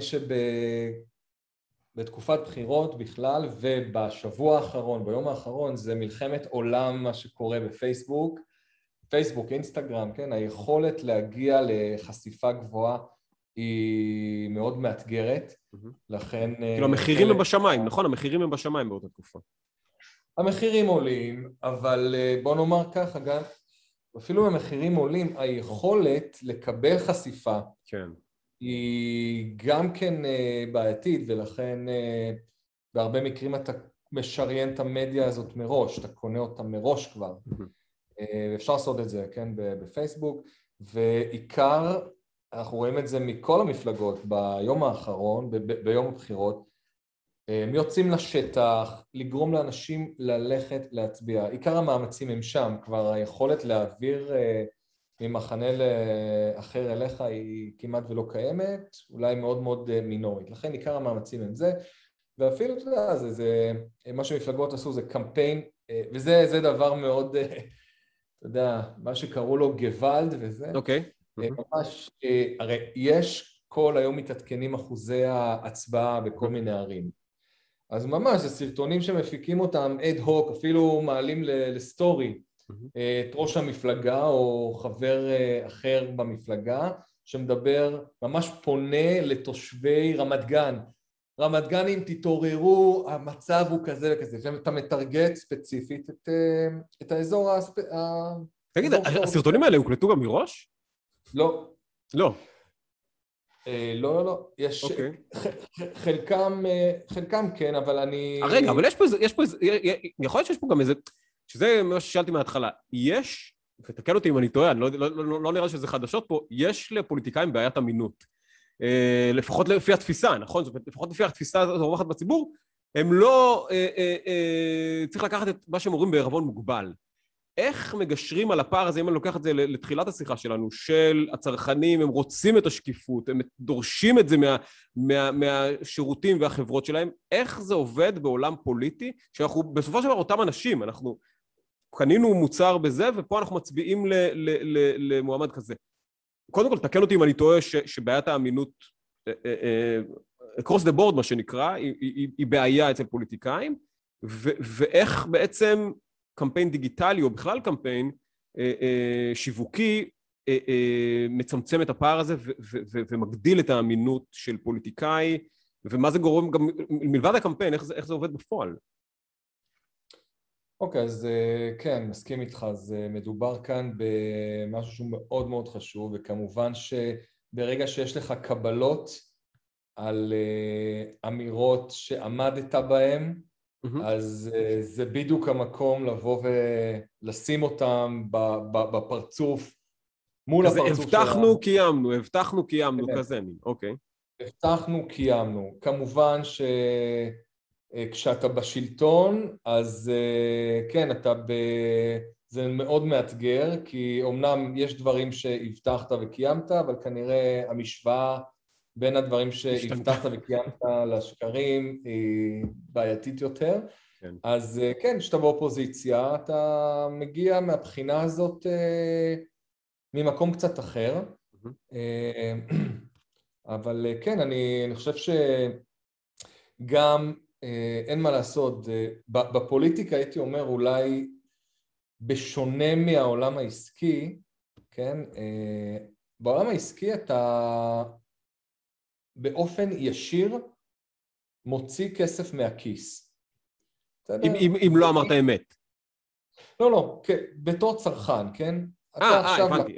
שבתקופת בחירות בכלל, ובשבוע האחרון, ביום האחרון, זה מלחמת עולם מה שקורה בפייסבוק, אינסטגרם, כן? היכולת להגיע לחשיפה גבוהה, היא מאוד מאתגרת, לכן... כאילו המחירים הם בשמיים, נכון? המחירים הם בשמיים באותה תקופה. המחירים עולים, אבל בוא נאמר ככה, גם אפילו המחירים עולים, היכולת לקבל חשיפה היא גם כן בעייתית, ולכן בהרבה מקרים אתה משריין את המדיה הזאת מראש, אתה קונה אותה מראש כבר. אפשר לעשות את זה, כן, בפייסבוק, ועיקר אנחנו רואים את זה מכל המפלגות ביום האחרון, ביום הבחירות, הם יוצאים לשטח, לגרום לאנשים ללכת להצביע. עיקר המאמצים הם שם, כבר היכולת להעביר ממחנה לאחר אליך היא כמעט ולא קיימת, אולי מאוד מאוד מינורית. לכן עיקר המאמצים הם זה, ואפילו, אתה יודע, מה שמפלגות עשו זה קמפיין, וזה דבר מאוד, אתה יודע, מה שקראו לו גוואלד וזה. אוקיי. ממש, הרי יש כל היום מתעדכנים אחוזי ההצבעה בכל מיני ערים. אז ממש, זה סרטונים שמפיקים אותם אד הוק, אפילו מעלים לסטורי את ראש המפלגה או חבר אחר במפלגה, שמדבר, ממש פונה לתושבי רמת גן. רמת גנים תתעוררו, המצב הוא כזה וכזה, ואתה מטרגט ספציפית את האזור תגיד, הסרטונים האלה הוקלטו גם מראש? לא. לא. לא, יש חלקם כן, אבל אני... רגע, אבל יש פה איזה, יכול להיות שיש פה גם איזה, שזה מה ששאלתי מההתחלה, יש, ותקן אותי אם אני טועה, לא נראה שזה חדשות פה, יש לפוליטיקאים בעיית אמינות, לפחות לפי התפיסה, נכון? לפחות לפי התפיסה הרווחת בציבור, הם לא, צריך לקחת את מה שהם אומרים בערבון מוגבל. איך מגשרים על הפער הזה, אם אני לוקח את זה לתחילת השיחה שלנו, של הצרכנים, הם רוצים את השקיפות, הם דורשים את זה מהשירותים והחברות שלהם, איך זה עובד בעולם פוליטי, שאנחנו בסופו של דבר אותם אנשים, אנחנו קנינו מוצר בזה, ופה אנחנו מצביעים למועמד כזה. קודם כל, תקן אותי אם אני טועה שבעיית האמינות, across the board מה שנקרא, היא בעיה אצל פוליטיקאים, ואיך בעצם קמפיין דיגיטלי או בכלל קמפיין שיווקי מצמצם את הפער הזה ומגדיל את האמינות של פוליטיקאי, ומה זה גורם גם מלבד הקמפיין, איך זה עובד בפועל? אוקיי, אז כן, מסכים איתך, אז מדובר כאן במשהו שהוא מאוד מאוד חשוב, וכמובן שברגע שיש לך קבלות על אמירות שעמדת בהן, אז זה בדיוק המקום לבוא ולשים אותם בפרצוף, מול הפרצוף שלנו. הבטחנו קיימנו, כזה מין, אוקיי. הבטחנו קיימנו. כמובן שכשאתה בשלטון, אז כן, זה מאוד מאתגר, כי אמנם יש דברים שהבטחת וקיימת, אבל כנראה המשוואה בין הדברים שהבטחת וקיימת לשקרים היא בעייתית יותר. כן. אז כן, כשאתה באופוזיציה, אתה מגיע מהבחינה הזאת ממקום קצת אחר. אבל כן, אני חושב שגם אין מה לעשות. בפוליטיקה הייתי אומר אולי בשונה מהעולם העסקי, כן? בעולם העסקי אתה באופן ישיר מוציא כסף מהכיס. אם לא אמרת אמת. לא, בתור צרכן, כן? הבנתי.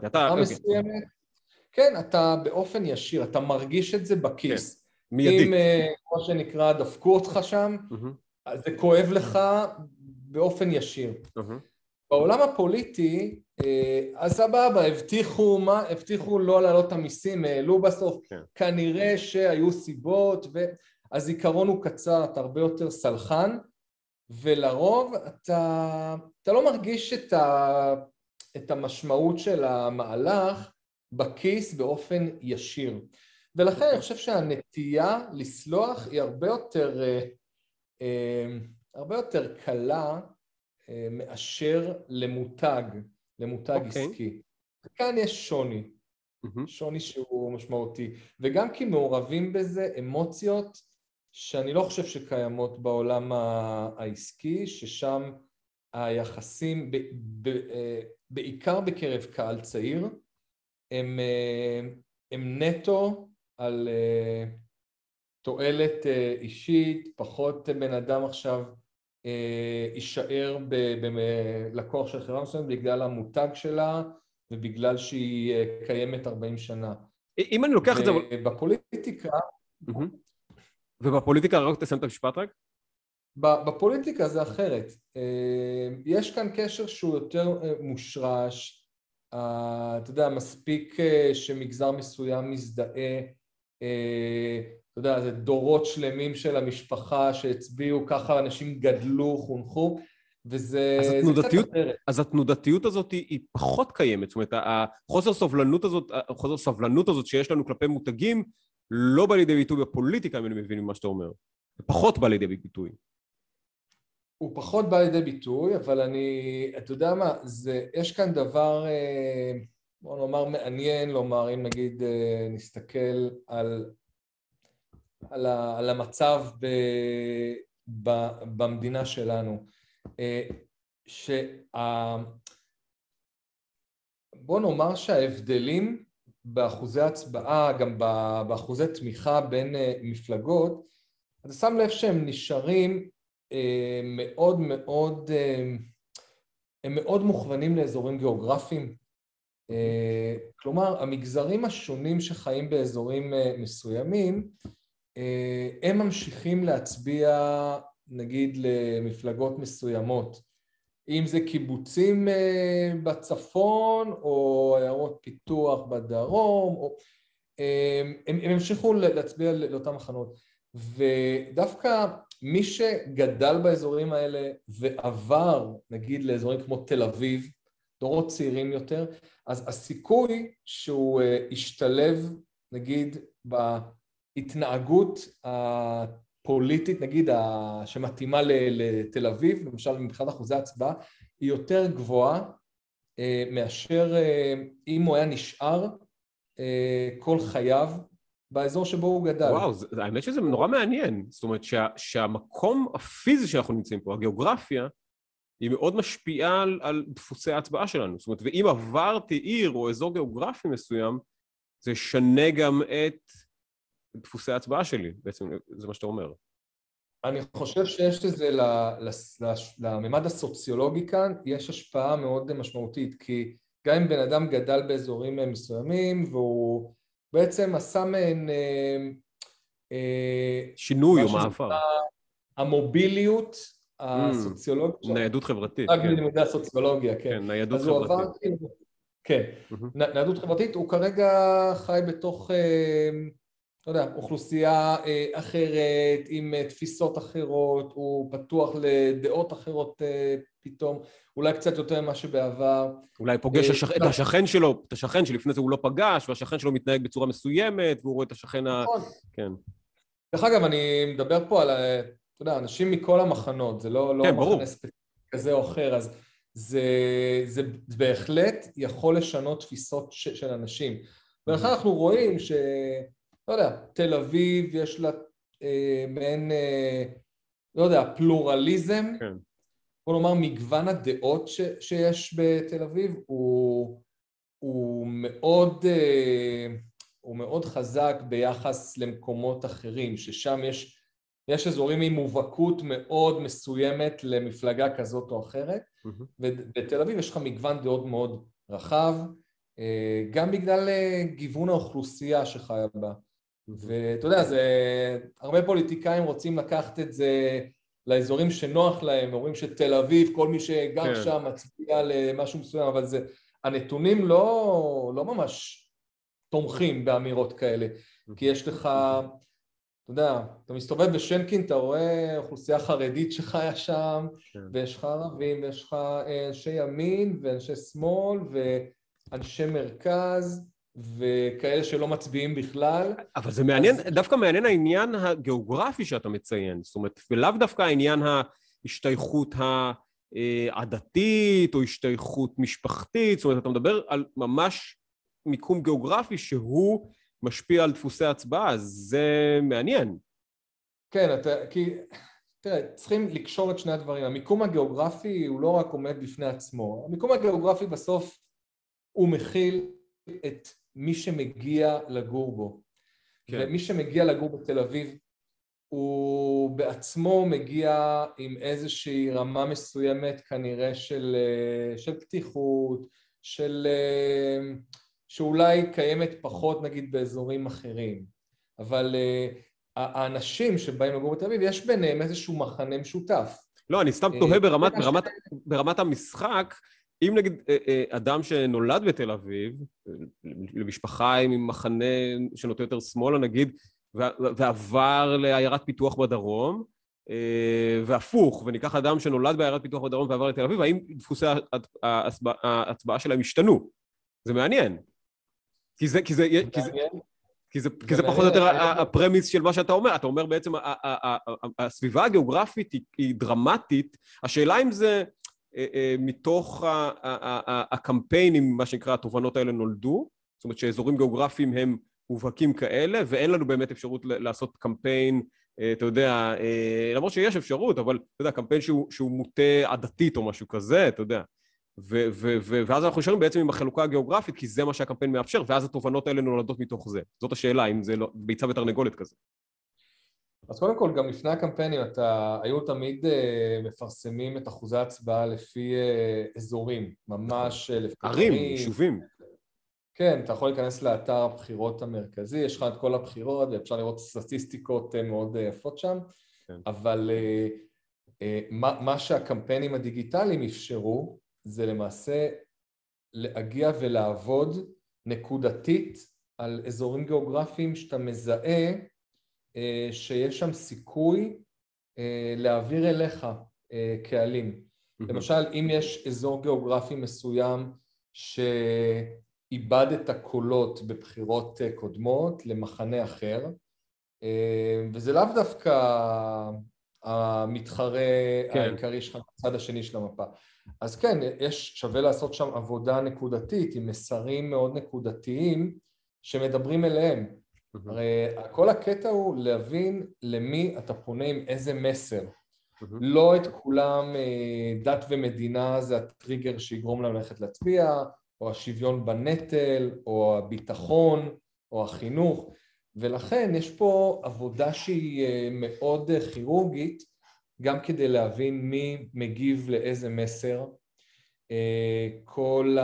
כן, אתה באופן ישיר, אתה מרגיש את זה בכיס. מיידית. אם, כמו שנקרא, דפקו אותך שם, אז זה כואב לך באופן ישיר. בעולם הפוליטי, אז סבבה, הבטיחו לא לעלות את המיסים, העלו בסוף, כנראה שהיו סיבות, והזיכרון הוא קצר, אתה הרבה יותר סלחן, ולרוב אתה לא מרגיש את המשמעות של המהלך בכיס באופן ישיר. ולכן אני חושב שהנטייה לסלוח היא הרבה יותר קלה מאשר למותג עסקי. כאן יש שוני שהוא משמעותי, וגם כי מעורבים בזה אמוציות שאני לא חושב שקיימות בעולם העסקי, ששם היחסים, בעיקר בקרב קהל צעיר, הם נטו על תועלת אישית, פחות בן אדם עכשיו יישאר בלקוח של חברה מסוימת בגלל המותג שלה ובגלל שהיא קיימת 40 שנה. אם אני לוקח את זה... בפוליטיקה... ובפוליטיקה רק תסיים את המשפט רק? בפוליטיקה זה אחרת. יש כאן קשר שהוא יותר מושרש, אתה יודע, מספיק שמגזר מסוים מזדהה, אתה יודע, זה דורות שלמים של המשפחה שהצביעו, ככה אנשים גדלו, חונכו, וזה קצת אחרת. אז התנודתיות הזאת היא פחות קיימת, זאת אומרת, החוסר סבלנות הזאת שיש לנו כלפי מותגים, לא בא לידי ביטוי בפוליטיקה, אם אני מבין ממה שאתה אומר. זה פחות בא לידי ביטוי. הוא פחות בא לידי ביטוי, אבל אתה יודע מה, יש כאן דבר, בוא נאמר, מעניין לומר, אם נגיד נסתכל על המצב במדינה שלנו, בוא נאמר שההבדלים באחוזי הצבעה, גם באחוזי תמיכה בין מפלגות, אתה שם לב שהם נשארים מאוד מאוד, הם מאוד מוכוונים לאזורים גיאוגרפיים. כלומר, המגזרים השונים שחיים באזורים מסוימים, הם ממשיכים להצביע, נגיד, למפלגות מסוימות. אם זה קיבוצים בצפון, או עיירות פיתוח בדרום, הם המשיכו להצביע לאותם מחנות. ודווקא מי שגדל באזורים האלה ועבר, נגיד, לאזורים כמו תל אביב, דורות צעירים יותר, אז הסיכוי שהוא ישתלב, נגיד, בהתנהגות הפוליטית, נגיד, שמתאימה לתל אביב, למשל מבחינת אחוזי הצבעה, היא יותר גבוהה מאשר אם הוא היה נשאר כל חייו באזור שבו הוא גדל. וואו, האמת שזה נורא מעניין. זאת אומרת שהמקום הפיזי שאנחנו נמצאים פה, הגיאוגרפיה, היא מאוד משפיעה על דפוסי ההצבעה שלנו. זאת אומרת, ואם עברתי עיר או אזור גיאוגרפי מסוים, זה שנה גם את דפוסי ההצבעה שלי, בעצם זה מה שאתה אומר. אני חושב שיש לזה, לממד הסוציולוגי כאן, יש השפעה מאוד משמעותית, כי גם אם בן אדם גדל באזורים מסוימים, והוא בעצם עשה מהן שינוי או מעבר. המוביליות הסוציולוגית. ניידות חברתית. רק בלימודי הסוציולוגיה, כן. כן, ניידות חברתית. כן, ניידות חברתית, הוא כרגע חי בתוך, לא יודע, אוכלוסייה אחרת, עם תפיסות אחרות, הוא פתוח לדעות אחרות פתאום, אולי קצת יותר ממה שבעבר. אולי פוגש את השכן שלו, את השכן שלפני זה הוא לא פגש, והשכן שלו מתנהג בצורה מסוימת, והוא רואה את השכן נכון. כן. דרך אגב, אני מדבר פה על, אתה יודע, אנשים מכל המחנות, זה לא מחנה ספציפי כזה או אחר, אז זה בהחלט יכול לשנות תפיסות של אנשים. ולכן אנחנו רואים ש, לא יודע, תל אביב יש לה מעין, לא יודע, פלורליזם, כן. בוא נאמר, מגוון הדעות שיש בתל אביב הוא מאוד חזק ביחס למקומות אחרים, ששם יש אזורים עם מובהקות מאוד מסוימת למפלגה כזאת או אחרת, ובתל אביב יש לך מגוון דעות מאוד רחב, גם בגלל גיוון האוכלוסייה שחיה בה. ואתה יודע, הרבה פוליטיקאים רוצים לקחת את זה לאזורים שנוח להם, אומרים שתל אביב, כל מי שגר שם מצביע למשהו מסוים, אבל הנתונים לא ממש תומכים באמירות כאלה, כי יש לך, אתה יודע, אתה מסתובב בשנקין, אתה רואה אוכלוסייה חרדית שחיה שם, ויש לך ערבים, ויש לך אנשי ימין, ואנשי שמאל, ואנשי מרכז, וכאלה שלא מצביעים בכלל. אבל זה מעניין, דווקא מעניין העניין הגיאוגרפי שאתה מציין, זאת אומרת, ולאו דווקא העניין ההשתייכות העדתית, או השתייכות משפחתית, זאת אומרת, אתה מדבר על ממש מיקום גיאוגרפי שהוא משפיע על דפוסי הצבעה, אז זה מעניין. כן, כי, תראה, צריכים לקשור את שני הדברים. המיקום הגיאוגרפי הוא לא רק עומד בפני עצמו. המיקום הגיאוגרפי בסוף הוא מכיל את מי שמגיע לגור בו. כן. ומי שמגיע לגור בתל אביב, הוא בעצמו מגיע עם איזושהי רמה מסוימת כנראה של פתיחות, שאולי קיימת פחות נגיד באזורים אחרים. אבל האנשים שבאים לגור בתל אביב, יש ביניהם איזשהו מחנה משותף. לא, אני סתם תוהה ברמת המשחק, אם נגיד אדם שנולד בתל אביב, למשפחה עם מחנה שנוטה יותר שמאלה נגיד, ועבר לעיירת פיתוח בדרום, והפוך, וניקח אדם שנולד בעיירת פיתוח בדרום ועבר לתל אביב, האם דפוסי ההצבעה שלהם השתנו? זה מעניין. כי זה פחות או יותר הפרמיס של מה שאתה אומר. אתה אומר בעצם, הסביבה הגיאוגרפית היא דרמטית. השאלה אם זה מתוך הקמפיינים, מה שנקרא, התובנות האלה נולדו, זאת אומרת שאזורים גיאוגרפיים הם מובהקים כאלה, ואין לנו באמת אפשרות לעשות קמפיין, אתה יודע, למרות שיש אפשרות, אבל אתה יודע, קמפיין שהוא מוטה עדתית או משהו כזה, אתה יודע. ואז אנחנו נשארים בעצם עם החלוקה הגיאוגרפית, כי זה מה שהקמפיין מאפשר, ואז התובנות האלה נולדות מתוך זה. זאת השאלה, אם זה לא, ביצה ותרנגולת כזה. אז קודם כל, גם לפני הקמפיינים, היו תמיד מפרסמים את אחוזי ההצבעה לפי אזורים, ממש לפי ערים, יישובים. כן, אתה יכול להיכנס לאתר הבחירות המרכזי, יש לך את כל הבחירות, ואפשר לראות סטטיסטיקות מאוד יפות שם, כן. אבל מה שהקמפיינים הדיגיטליים אפשרו, זה למעשה להגיע ולעבוד נקודתית על אזורים גיאוגרפיים שאתה מזהה שיש שם סיכוי להעביר אליך קהלים. למשל, אם יש אזור גיאוגרפי מסוים שאיבד את הקולות בבחירות קודמות למחנה אחר, וזה לאו דווקא המתחרה העיקרי שלך בצד השני של המפה. אז כן, שווה לעשות שם עבודה נקודתית עם מסרים מאוד נקודתיים שמדברים אליהם. הרי כל הקטע הוא להבין למי אתה פונה עם איזה מסר. לא את כולם דת ומדינה זה הטריגר שיגרום להם ללכת להצביע, או השוויון בנטל, או הביטחון, או החינוך. ולכן יש פה עבודה שהיא מאוד כירורגית, גם כדי להבין מי מגיב לאיזה מסר. כל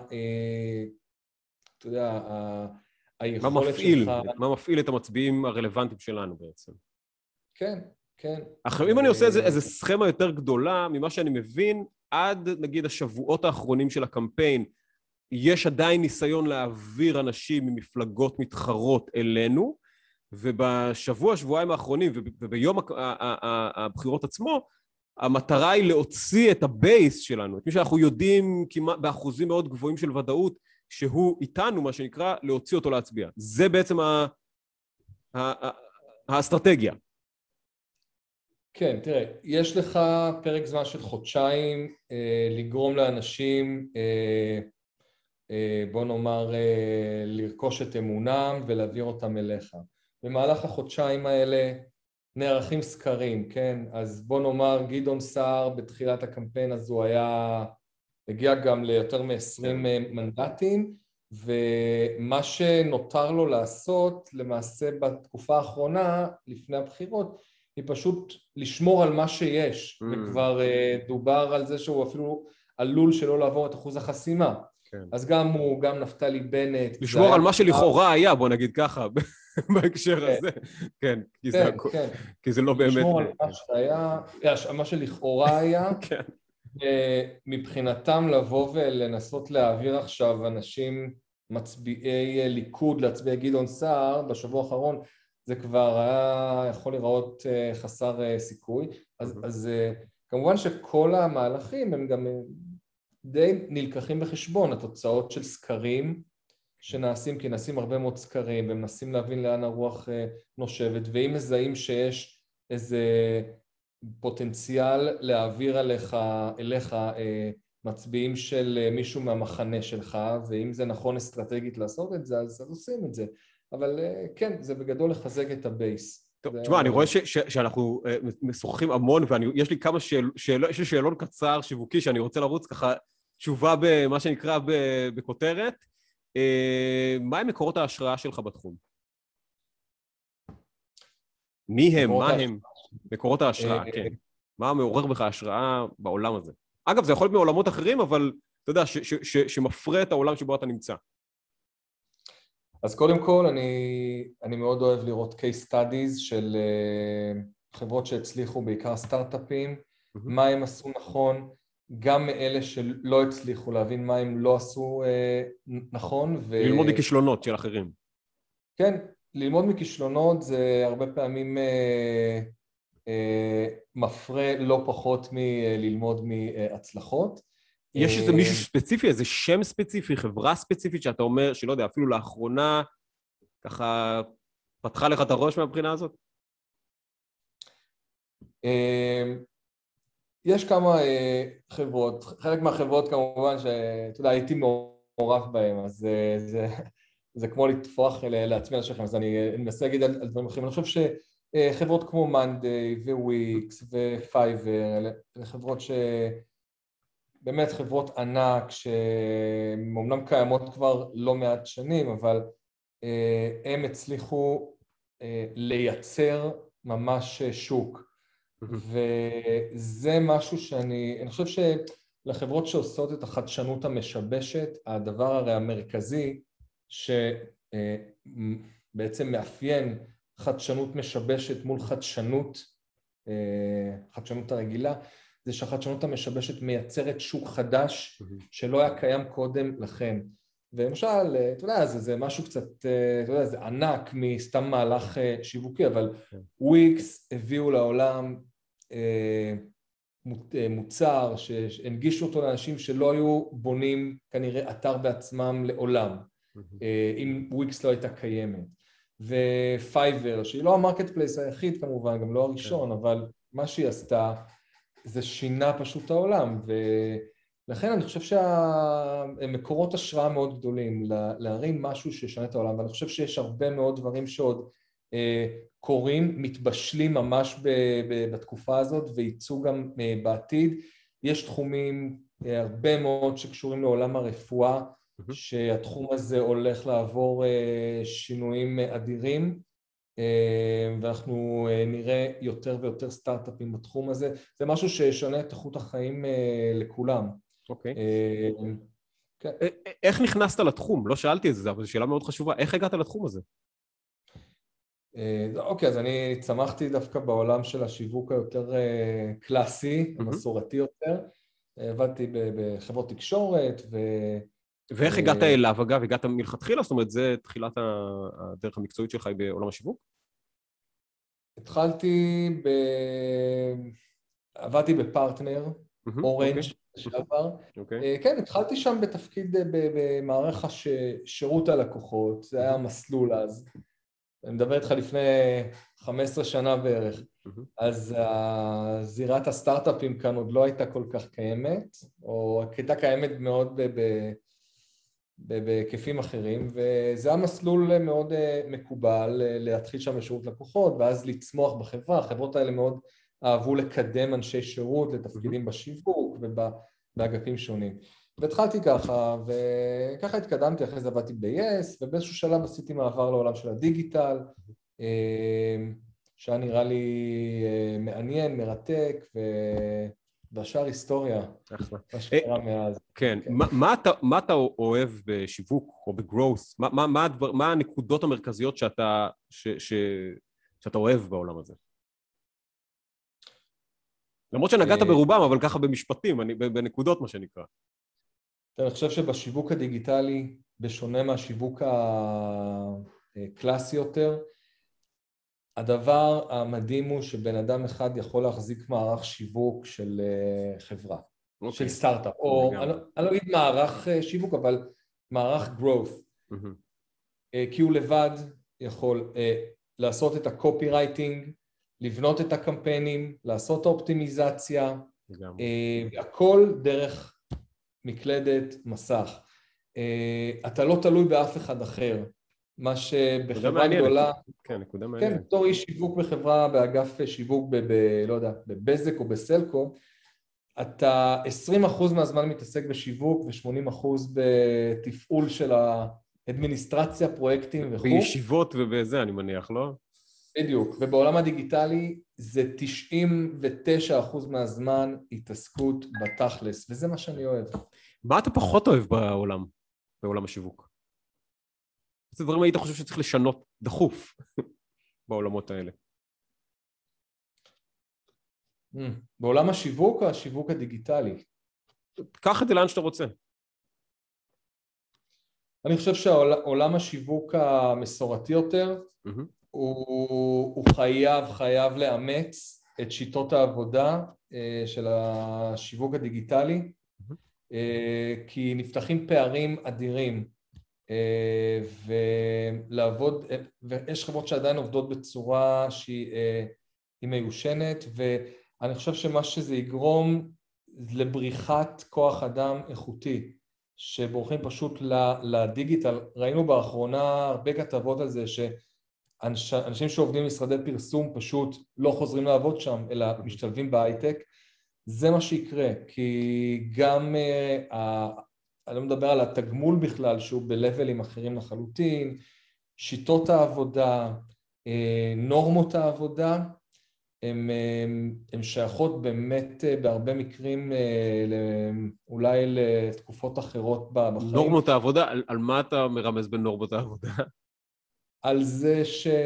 אתה יודע, היכולת שלך... מה מפעיל את המצביעים הרלוונטיים שלנו בעצם? כן, כן. עכשיו, אם אני עושה איזה סכמה יותר גדולה, ממה שאני מבין, עד נגיד השבועות האחרונים של הקמפיין, יש עדיין ניסיון להעביר אנשים ממפלגות מתחרות אלינו, ובשבוע-שבועיים האחרונים, וביום הבחירות עצמו, המטרה היא להוציא את הבייס שלנו, את מי שאנחנו יודעים כמעט באחוזים מאוד גבוהים של ודאות, שהוא איתנו, מה שנקרא, להוציא אותו להצביע. זה בעצם האסטרטגיה. כן, תראה, יש לך פרק זמן של חודשיים לגרום לאנשים, בוא נאמר, לרכוש את אמונם ולהעביר אותם אליך. במהלך החודשיים האלה נערכים סקרים, כן? אז בוא נאמר, גדעון סער בתחילת הקמפיין אז הוא הגיע גם ליותר מ-20 מנדטים, ומה שנותר לו לעשות למעשה בתקופה האחרונה, לפני הבחירות, היא פשוט לשמור על מה שיש, וכבר דובר על זה שהוא אפילו עלול שלא לעבור את אחוז החסימה. כן. אז גם הוא, גם נפתלי בנט... לשמור על מה שלכאורה היה, בוא נגיד ככה, בהקשר הזה. כן, כי זה לא באמת... לשמור על מה שהיה, מה שלכאורה היה, מבחינתם לבוא ולנסות להעביר עכשיו אנשים מצביעי ליכוד, להצביע גדעון סער, בשבוע האחרון, זה כבר היה יכול לראות חסר סיכוי. אז כמובן שכל המהלכים הם גם די נלקחים בחשבון, התוצאות של סקרים שנעשים, כי נעשים הרבה מאוד סקרים, והם מנסים להבין לאן הרוח נושבת, ואם מזהים שיש איזה פוטנציאל להעביר אליך מצביעים של מישהו מהמחנה שלך, ואם זה נכון אסטרטגית לעשות את זה, אז עושים את זה. אבל כן, זה בגדול לחזק את הבייס. טוב, תשמע, אני רואה שאנחנו משוחחים המון, ויש לי כמה שאלון קצר שיווקי, שאני רוצה לרוץ ככה תשובה במה שנקרא בכותרת. מה הם מקורות ההשראה שלך בתחום? מי הם? מה הם? מקורות ההשראה, כן. מה מעורר בך ההשראה בעולם הזה? אגב, זה יכול להיות מעולמות אחרים, אבל אתה יודע, שמפרה את העולם שבו אתה נמצא. אז קודם כל, אני מאוד אוהב לראות case studies של חברות שהצליחו, בעיקר סטארט-אפים, מה הם עשו נכון, גם מאלה שלא הצליחו להבין מה הם לא עשו נכון. ללמוד מכישלונות של אחרים. כן, ללמוד מכישלונות זה הרבה פעמים מפרה לא פחות מללמוד מהצלחות. יש איזה מישהו ספציפי, איזה שם ספציפי, חברה ספציפית שאתה אומר, שלא יודע, אפילו לאחרונה, ככה פתחה לך את הראש מהבחינה הזאת? יש כמה חברות, חלק מהחברות כמובן שאתה יודע, הייתי מעורב בהן, אז זה כמו לטפוח לעצמי על השכם, אז אני מנסה להגיד על דברים אחרים. אני חושב שחברות כמו Monday וויקס ופייבר, אלה חברות באמת חברות ענק, שאומנם קיימות כבר לא מעט שנים, אבל הם הצליחו לייצר ממש שוק. וזה משהו אני חושב שלחברות שעושות את החדשנות המשבשת, הדבר הרי המרכזי שבעצם מאפיין חדשנות משבשת מול חדשנות הרגילה, זה שהחדשנות המשבשת מייצרת שוק חדש שלא היה קיים קודם לכן. ולמשל, אתה יודע, זה משהו קצת, אתה יודע, זה ענק מסתם מהלך שיווקי, אבל וויקס הביאו לעולם מוצר שהנגישו אותו לאנשים שלא היו בונים כנראה אתר בעצמם לעולם, אם וויקס לא הייתה קיימת. ופייבר, שהיא לא המרקט פלייס היחיד כמובן, גם לא הראשון, אבל מה שהיא עשתה זה שינה פשוט העולם, ולכן אני חושב שהמקורות השראה מאוד גדולים להרים משהו ששנה את העולם, ואני חושב שיש הרבה מאוד דברים שעוד קורים, מתבשלים ממש בתקופה הזאת וייצאו גם בעתיד. יש תחומים הרבה מאוד שקשורים לעולם הרפואה, שהתחום הזה הולך לעבור שינויים אדירים, ואנחנו נראה יותר ויותר סטארט-אפים בתחום הזה. זה משהו שישנה את איכות החיים לכולם. אוקיי. איך נכנסת לתחום? לא שאלתי את זה, אבל זו שאלה מאוד חשובה. איך הגעת לתחום הזה? אוקיי, אז אני צמחתי דווקא בעולם של השיווק היותר קלאסי, המסורתי יותר. עבדתי בחברות תקשורת ואיך הגעת אליו, אגב? הגעת מלכתחילה? זאת אומרת, זה תחילת הדרך המקצועית שלך בעולם השיווק? עבדתי בפרטנר, אורנג' שעבר. כן, התחלתי שם בתפקיד במערך השירות הלקוחות, זה היה מסלול אז. אני מדבר איתך לפני 15 שנה בערך, אז זירת הסטארט-אפים כאן עוד לא הייתה כל כך קיימת, או הייתה קיימת מאוד בהיקפים אחרים, וזה המסלול מאוד מקובל להתחיל שם בשירות לקוחות, ואז לצמוח בחברה. החברות האלה מאוד אהבו לקדם אנשי שירות לתפקידים בשיווק ובאגפים שונים. והתחלתי ככה, וככה התקדמתי, אחרי זה עבדתי ב-yes, ובאיזשהו שלב עשיתי מעבר לעולם של הדיגיטל, שהיה נראה לי מעניין, מרתק, והשאר היסטוריה, מה שקרה מאז. כן, מה אתה אוהב בשיווק או בגרוס? מה הנקודות המרכזיות שאתה אוהב בעולם הזה? למרות שנגעת ברובם, אבל ככה במשפטים, בנקודות מה שנקרא. אני חושב שבשיווק הדיגיטלי, בשונה מהשיווק הקלאסי יותר, הדבר המדהים הוא שבן אדם אחד יכול להחזיק מערך שיווק של חברה, של סטארט-אפ, או אני לא אגיד מערך שיווק, אבל מערך growth, כי הוא לבד יכול לעשות את הקופי רייטינג, לבנות את הקמפיינים, לעשות האופטימיזציה, הכל דרך מקלדת, מסך. אתה לא תלוי באף אחד אחר, מה שבחברה גדולה, כן, בתור איש שיווק בחברה, באגף שיווק לא יודע, בבזק או בסלקום, אתה 20% מהזמן מתעסק בשיווק ו80% בתפעול של האדמיניסטרציה, פרויקטים וכו'. בישיבות ובזה אני מניח, לא? בדיוק, ובעולם הדיגיטלי זה 99% מהזמן התעסקות בתכלס, וזה מה שאני אוהב. מה אתה פחות אוהב בעולם השיווק? איזה דברים היית חושב שצריך לשנות דחוף בעולמות האלה? בעולם השיווק או השיווק הדיגיטלי? קח את זה לאן שאתה רוצה. אני חושב שהעולם השיווק המסורתי יותר, הוא חייב לאמץ את שיטות העבודה של השיווק הדיגיטלי, כי נפתחים פערים אדירים, ולעבוד, ויש חברות שעדיין עובדות בצורה שהיא מיושנת, ואני חושב שמה שזה יגרום לבריחת כוח אדם איכותי, שבורחים פשוט לדיגיטל. ראינו באחרונה הרבה כתבות על זה שאנשים שעובדים במשרדי פרסום פשוט לא חוזרים לעבוד שם, אלא משתלבים בהייטק. זה מה שיקרה, כי גם, אני לא מדבר על התגמול בכלל, שהוא בלבלים אחרים לחלוטין, שיטות העבודה, נורמות העבודה, הן שייכות באמת בהרבה מקרים אולי לתקופות אחרות בחיים. נורמות העבודה? על מה אתה מרמז בנורמות העבודה? על זה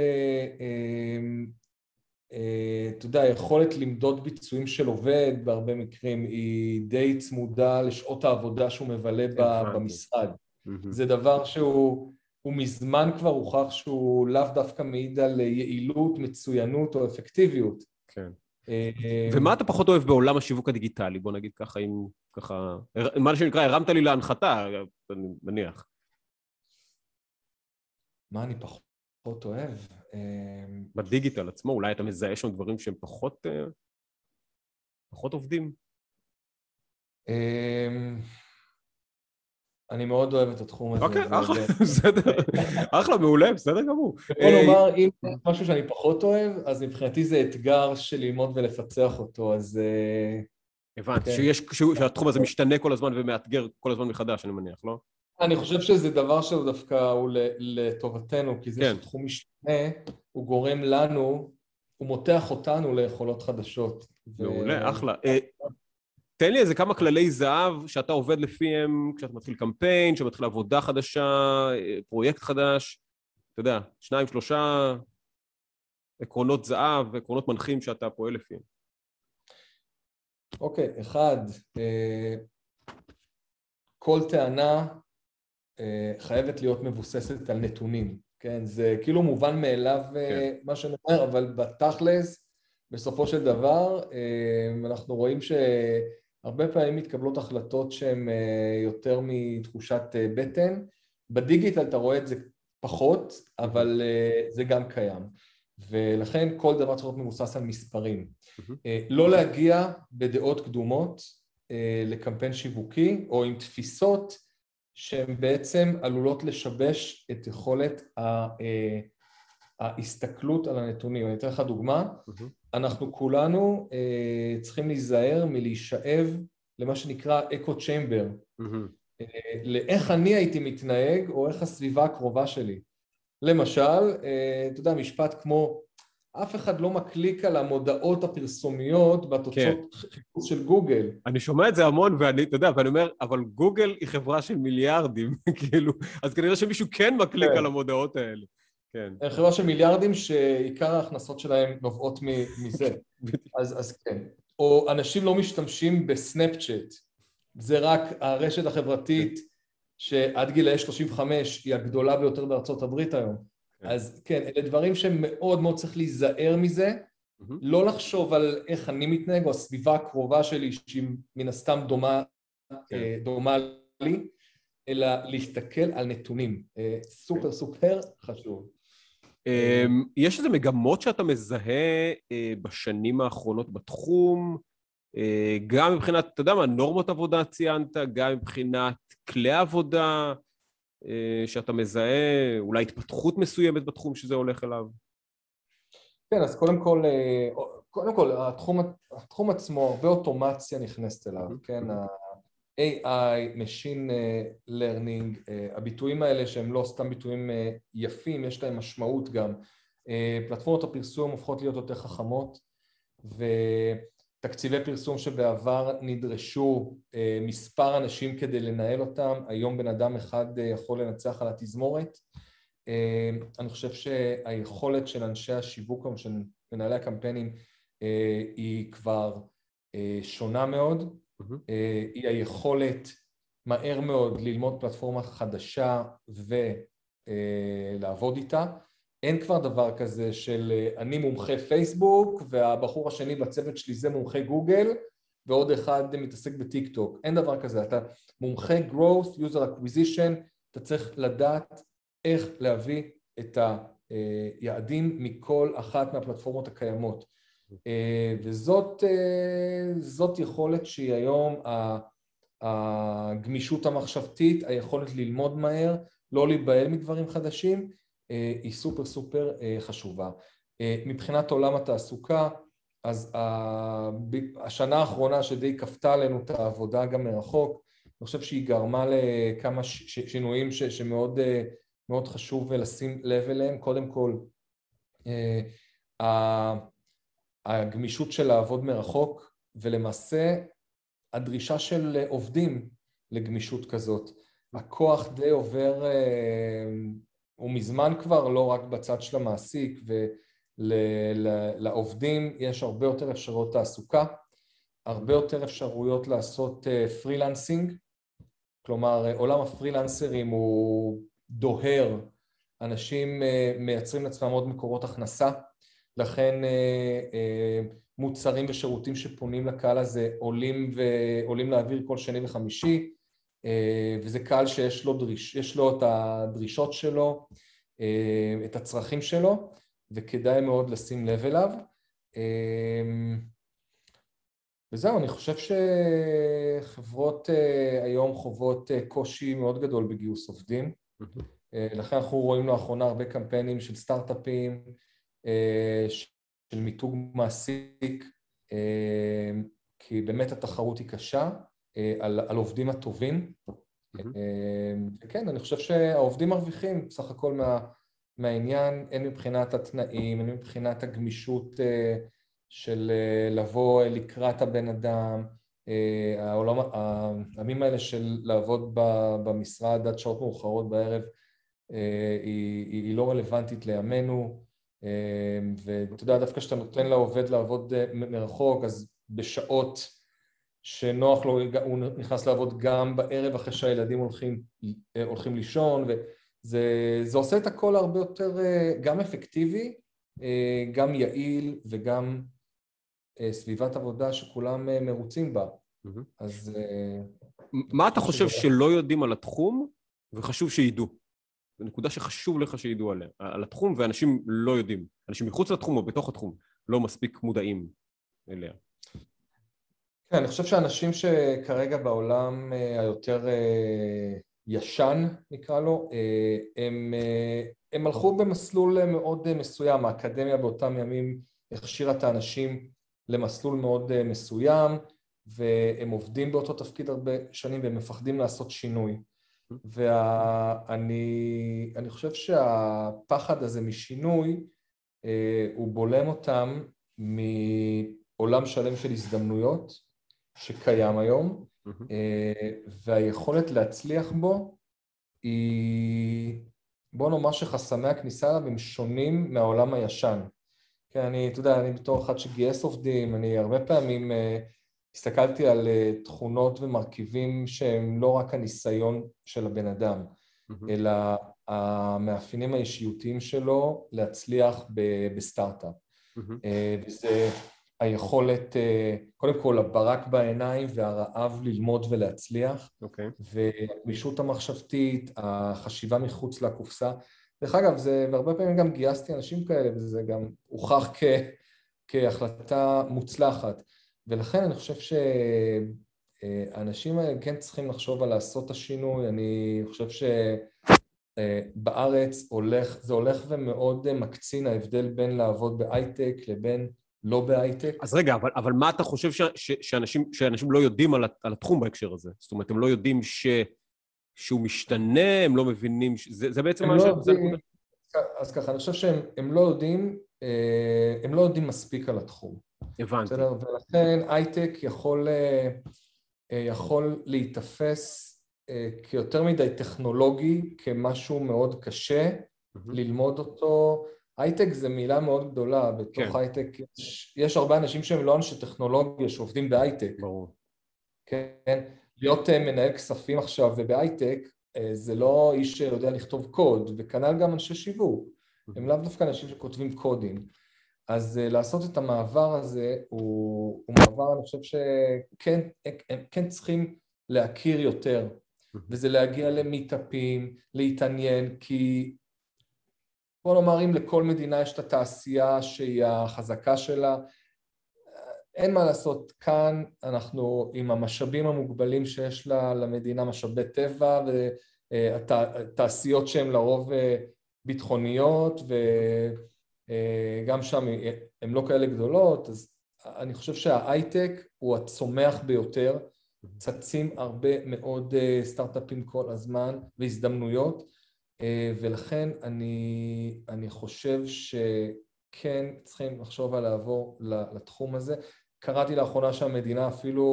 אתה יודע, יכולת למדוד ביצועים של עובד בהרבה מקרים היא די צמודה לשעות העבודה שהוא מבלה במשרד. זה דבר שהוא מזמן כבר הוכח שהוא לאו דווקא מעיד על יעילות, מצוינות או אפקטיביות. כן. ומה אתה פחות אוהב בעולם השיווק הדיגיטלי? בוא נגיד ככה, אם ככה, מה שנקרא, הרמת לי להנחתה, אני מניח. מה אני פחות אוהב? בדיגיטל עצמו, אולי אתה מזהה שם דברים שהם פחות עובדים? אני מאוד אוהב את התחום הזה. אוקיי, אחלה, בסדר. אחלה, מעולה, בסדר גמור. בוא נאמר, אם משהו שאני פחות אוהב, אז מבחינתי זה אתגר של ללמוד ולפצח אותו, אז... הבנת, שהתחום הזה משתנה כל הזמן ומאתגר כל הזמן מחדש, אני מניח, לא? אני חושב שזה דבר שהוא דווקא הוא לטובתנו, כי זה שתחום משתנה, הוא גורם לנו, הוא מותח אותנו ליכולות חדשות. מעולה, אחלה. תן לי איזה כמה כללי זהב שאתה עובד לפיהם כשאתה מתחיל קמפיין, כשאתה מתחיל עבודה חדשה, פרויקט חדש, אתה יודע, 2-3 עקרונות זהב, עקרונות מנחים שאתה פועל לפיהם. אוקיי, 1, כל טענה חייבת להיות מבוססת על נתונים, כן? זה כאילו מובן מאליו מה שאני אומר, אבל בתכלס, בסופו של דבר, אנחנו רואים שהרבה פעמים מתקבלות החלטות שהן יותר מתחושת בטן. בדיגיטל אתה רואה את זה פחות, אבל זה גם קיים. ולכן כל דבר צריך להיות מבוסס על מספרים. לא להגיע בדעות קדומות לקמפיין שיווקי, או עם תפיסות שהן בעצם עלולות לשבש את יכולת ההסתכלות על הנתונים. אני אתן לך דוגמה, אנחנו כולנו צריכים להיזהר מלהישאב למה שנקרא אקו צ'יימבר, לאיך אני הייתי מתנהג או איך הסביבה הקרובה שלי. למשל, אתה יודע, משפט כמו, אף אחד לא מקליק על המודעות הפרסומיות בתוצאות חיפוש של גוגל. אני שומע את זה המון, ואני, אתה יודע, ואני אומר, אבל גוגל היא חברה של מיליארדים, כאילו, אז כנראה שמישהו כן מקליק על המודעות האלה. כן. חברה של מיליארדים שעיקר ההכנסות שלהם נובעות מזה. אז כן. או אנשים לא משתמשים בסנאפצ'אט. זה רק הרשת החברתית שעד גילי 35 היא הגדולה ביותר בארצות הברית היום. אז כן, אלה דברים שמאוד מאוד צריך להיזהר מזה, לא לחשוב על איך אני מתנהג, או הסביבה הקרובה שלי שהיא מן הסתם דומה לי, אלא להסתכל על נתונים. סופר סופר חשוב. יש איזה מגמות שאתה מזהה בשנים האחרונות בתחום, גם מבחינת, אתה יודע מה, נורמות עבודה ציינת, גם מבחינת כלי עבודה, שאתה מזהה, אולי התפתחות מסוימת בתחום שזה הולך אליו? כן, אז קודם כל, התחום עצמו, הרבה אוטומציה נכנסת אליו, כן, ה-AI, Machine Learning, הביטויים האלה שהם לא סתם ביטויים יפים, יש להם משמעות גם. פלטפורמות הפרסום הופכות להיות יותר חכמות, ותקציבי פרסום שבעבר נדרשו מספר אנשים כדי לנהל אותם, היום בן אדם אחד יכול לנצח על התזמורת. אני חושב שהיכולת של אנשי השיווק, או של מנהלי הקמפיינים, היא כבר שונה מאוד. היא היכולת מהר מאוד ללמוד פלטפורמה חדשה ולעבוד איתה. אין כבר דבר כזה של אני מומחה פייסבוק והבחור השני בצוות שלי זה מומחה גוגל ועוד אחד מתעסק בטיק טוק. אין דבר כזה, אתה מומחה growth, user acquisition, אתה צריך לדעת איך להביא את היעדים מכל אחת מהפלטפורמות הקיימות. וזאת יכולת שהיא היום הגמישות המחשבתית, היכולת ללמוד מהר, לא להיבהל מדברים חדשים, היא סופר סופר חשובה. מבחינת עולם התעסוקה, אז השנה האחרונה שדי כפתה עלינו את העבודה גם מרחוק, אני חושב שהיא גרמה לכמה שינויים שמאוד מאוד חשוב לשים לב אליהם. קודם כל, הגמישות של לעבוד מרחוק, ולמעשה הדרישה של עובדים לגמישות כזאת. הכוח די עובר, הוא מזמן כבר לא רק בצד של המעסיק, ולעובדים יש הרבה יותר אפשרויות תעסוקה, הרבה יותר אפשרויות לעשות פרילנסינג, כלומר עולם הפרילנסרים הוא דוהר, אנשים מייצרים לעצמם עוד מקורות הכנסה, לכן מוצרים ושירותים שפונים לקהל הזה עולים לאוויר כל שני וחמישי, וזה קהל שיש לו את הדרישות שלו, את הצרכים שלו, וכדאי מאוד לשים לב אליו. וזהו, אני חושב שחברות היום חוות קושי מאוד גדול בגיוס עובדים, לכן אנחנו רואים לאחרונה הרבה קמפיינים של סטארט-אפים, של מיתוג מעסיק, כי באמת התחרות היא קשה על עובדים הטובים. כן, אני חושב שהעובדים מרוויחים בסך הכל מהעניין, הן מבחינת התנאים, הן מבחינת הגמישות של לבוא לקראת הבן אדם, הימים האלה של לעבוד במשרד עד שעות מאוחרות בערב, היא לא רלוונטית לימינו, ואתה יודע, דווקא כשאתה נותן לעובד לעבוד מרחוק, אז בשעות שנוח לו, הוא נכנס לעבוד גם בערב אחרי שהילדים הולכים לישון, וזה עושה את הכל הרבה יותר גם אפקטיבי, גם יעיל וגם סביבת עבודה שכולם מרוצים בה. אז מה אתה חושב שלא יודעים על התחום וחשוב שידעו? זו נקודה שחשוב לך שידעו עליה, על התחום, ואנשים לא יודעים. אנשים מחוץ לתחום או בתוך התחום לא מספיק מודעים אליה. כן, אני חושב שאנשים שכרגע בעולם היותר ישן, נקרא לו, הם הלכו במסלול מאוד מסוים. האקדמיה באותם ימים הכשירה את האנשים למסלול מאוד מסוים, והם עובדים באותו תפקיד הרבה שנים והם מפחדים לעשות שינוי. ואני חושב שהפחד הזה משינוי הוא בולם אותם מעולם שלם של הזדמנויות שקיים היום, והיכולת להצליח בו היא, בוא נאמר שחסמי הכניסה אליו הם שונים מהעולם הישן. כן, אתה יודע, אני בתור אחד שגייס עובדים, אני הרבה פעמים הסתכלתי על תכונות ומרכיבים שהם לא רק הניסיון של הבן אדם, אלא המאפיינים האישיותיים שלו להצליח בסטארט-אפ. וזה היכולת, קודם כל, הברק בעיניים והרעב ללמוד ולהצליח, והגמישות המחשבתית, החשיבה מחוץ לקופסה. דרך אגב, והרבה פעמים גם גייסתי אנשים כאלה, וזה גם הוכח כהחלטה מוצלחת. ולכן אני חושב שהאנשים האלה כן צריכים לחשוב על לעשות את השינוי. אני חושב שבארץ זה הולך ומאוד מקצין ההבדל בין לעבוד בהייטק לבין לא בהייטק. אז רגע, אבל מה אתה חושב שאנשים לא יודעים על התחום בהקשר הזה? זאת אומרת, הם לא יודעים שהוא משתנה, הם לא מבינים, זה בעצם מה הנקודה? אז ככה, אני חושב שהם לא יודעים מספיק על התחום. הבנתי. ולכן הייטק יכול להתאפס כיותר מדי טכנולוגי, כמשהו מאוד קשה ללמוד אותו. הייטק זה מילה מאוד גדולה, בתוך הייטק יש הרבה אנשים שהם לא אנשי טכנולוגיה שעובדים בהייטק. ברור. כן? להיות מנהל כספים עכשיו ובהייטק, זה לא איש שיודע לכתוב קוד, וכנ"ל גם אנשי שיווק. הם לאו דווקא אנשים שכותבים קודים. אז לעשות את המעבר הזה הוא מעבר, אני חושב שכן הם כן צריכים להכיר יותר, וזה להגיע למיטאפים, להתעניין, כי בוא נאמר אם לכל מדינה יש את התעשייה שהיא החזקה שלה, אין מה לעשות, כאן אנחנו עם המשאבים המוגבלים שיש למדינה, משאבי טבע ותעשיות שהן לרוב ביטחוניות וגם שם הן לא כאלה גדולות, אז אני חושב שההייטק הוא הצומח ביותר, צצים הרבה מאוד סטארט-אפים כל הזמן והזדמנויות, ולכן אני חושב שכן צריכים לחשוב על לעבור לתחום הזה. קראתי לאחרונה שהמדינה אפילו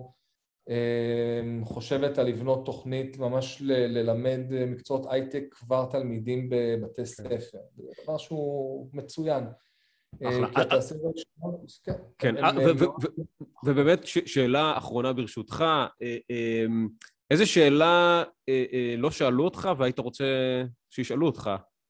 חושבת על לבנות תוכנית ממש ללמד מקצועות הייטק כבר תלמידים בבתי ספר. זה דבר שהוא מצוין. אחלה. כן, ובאמת שאלה אחרונה ברשותך, איזה שאלה לא שאלו אותך והיית רוצה שישאלו אותך?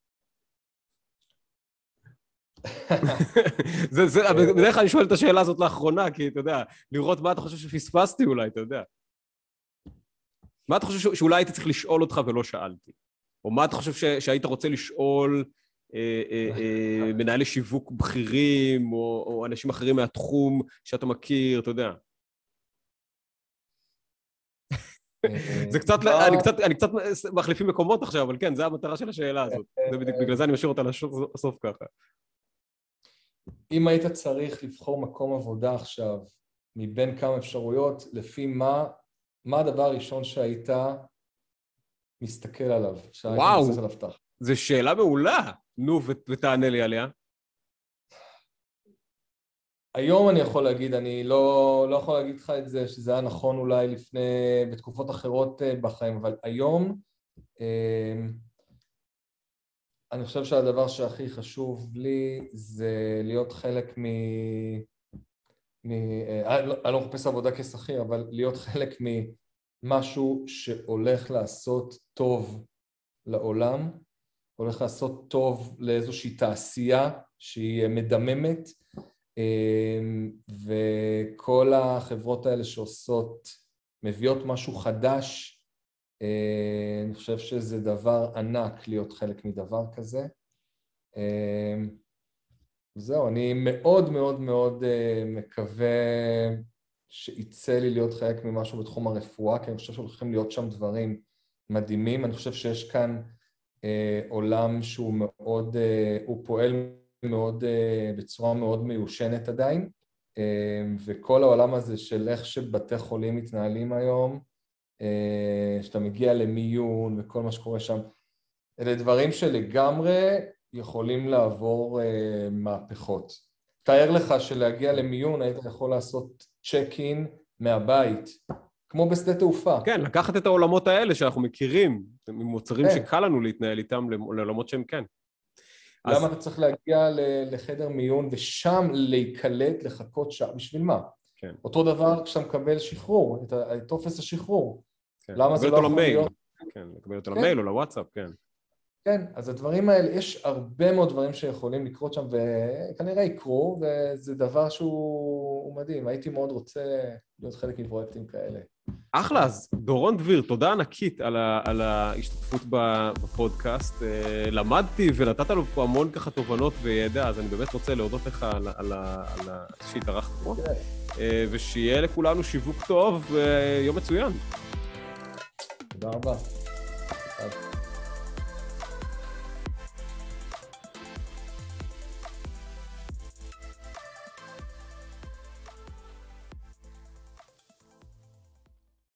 בדרך כלל אני שואל את השאלה הזאת לאחרונה, כי אתה יודע, לראות מה אתה חושב שפספסתי אולי, אתה יודע. מה אתה חושב שאולי הייתי צריך לשאול אותך ולא שאלתי? או מה אתה חושב שהיית רוצה לשאול מנהלי שיווק בכירים, או אנשים אחרים מהתחום שאתה מכיר, אתה יודע? אני קצת מחליפים מקומות עכשיו, אבל כן, זה המטרה של השאלה הזאת. בגלל זה אני משאיר אותה לסוף ככה. אם היית צריך לבחור מקום עבודה עכשיו, מבין כמה אפשרויות, לפי מה הדבר הראשון שהיית מסתכל עליו? וואו, זו שאלה מעולה. נו, ותענה לי עליה. היום אני יכול להגיד, אני לא יכול להגיד לך את זה, שזה היה נכון אולי בתקופות אחרות בחיים, אבל היום אני חושב שהדבר שהכי חשוב לי זה להיות חלק אני לא מחפש עבודה כשכיר, אבל להיות חלק ממשהו שהולך לעשות טוב לעולם, הולך לעשות טוב לאיזושהי תעשייה שהיא מדממת, וכל החברות האלה שעושות, מביאות משהו חדש, אני חושב שזה דבר ענק להיות חלק מדבר כזה. זהו, אני מאוד מאוד מאוד מקווה שיצא לי להיות חלק ממשהו בתחום הרפואה, כי אני חושב שהולכים להיות שם דברים מדהימים. אני חושב שיש כאן עולם שהוא מאוד, הוא פועל מאוד בצורה מאוד מיושנת עדיין, וכל העולם הזה של איך שבתי חולים מתנהלים היום, שאתה מגיע למיון וכל מה שקורה שם, אלה דברים שלגמרי יכולים לעבור מהפכות. תאר לך שלהגיע למיון היית יכול לעשות צ'ק-אין מהבית, כמו בשדה תעופה. כן, לקחת את העולמות האלה שאנחנו מכירים, ממוצרים שקל לנו להתנהל איתם לעולמות שהם כן. למה אתה צריך להגיע לחדר מיון ושם להיקלט, לחכות שעה? בשביל מה? כן. אותו דבר כשאתה מקבל שחרור, את טופס השחרור. כן. למה זה לא יכול להיות? כן, לקבל אותו למייל או לוואטסאפ, כן. כן, אז הדברים האלה, יש הרבה מאוד דברים שיכולים לקרות שם וכנראה יקרו, וזה דבר שהוא מדהים. הייתי מאוד רוצה להיות חלק מפרויקטים כאלה. אחלה, אז דורון דביר, תודה ענקית על ההשתתפות בפודקאסט. למדתי ונתת לו פה המון ככה תובנות וידע, אז אני באמת רוצה להודות לך על שהתארחת פה, ושיהיה לכולנו שיווק טוב ויום מצוין. תודה רבה.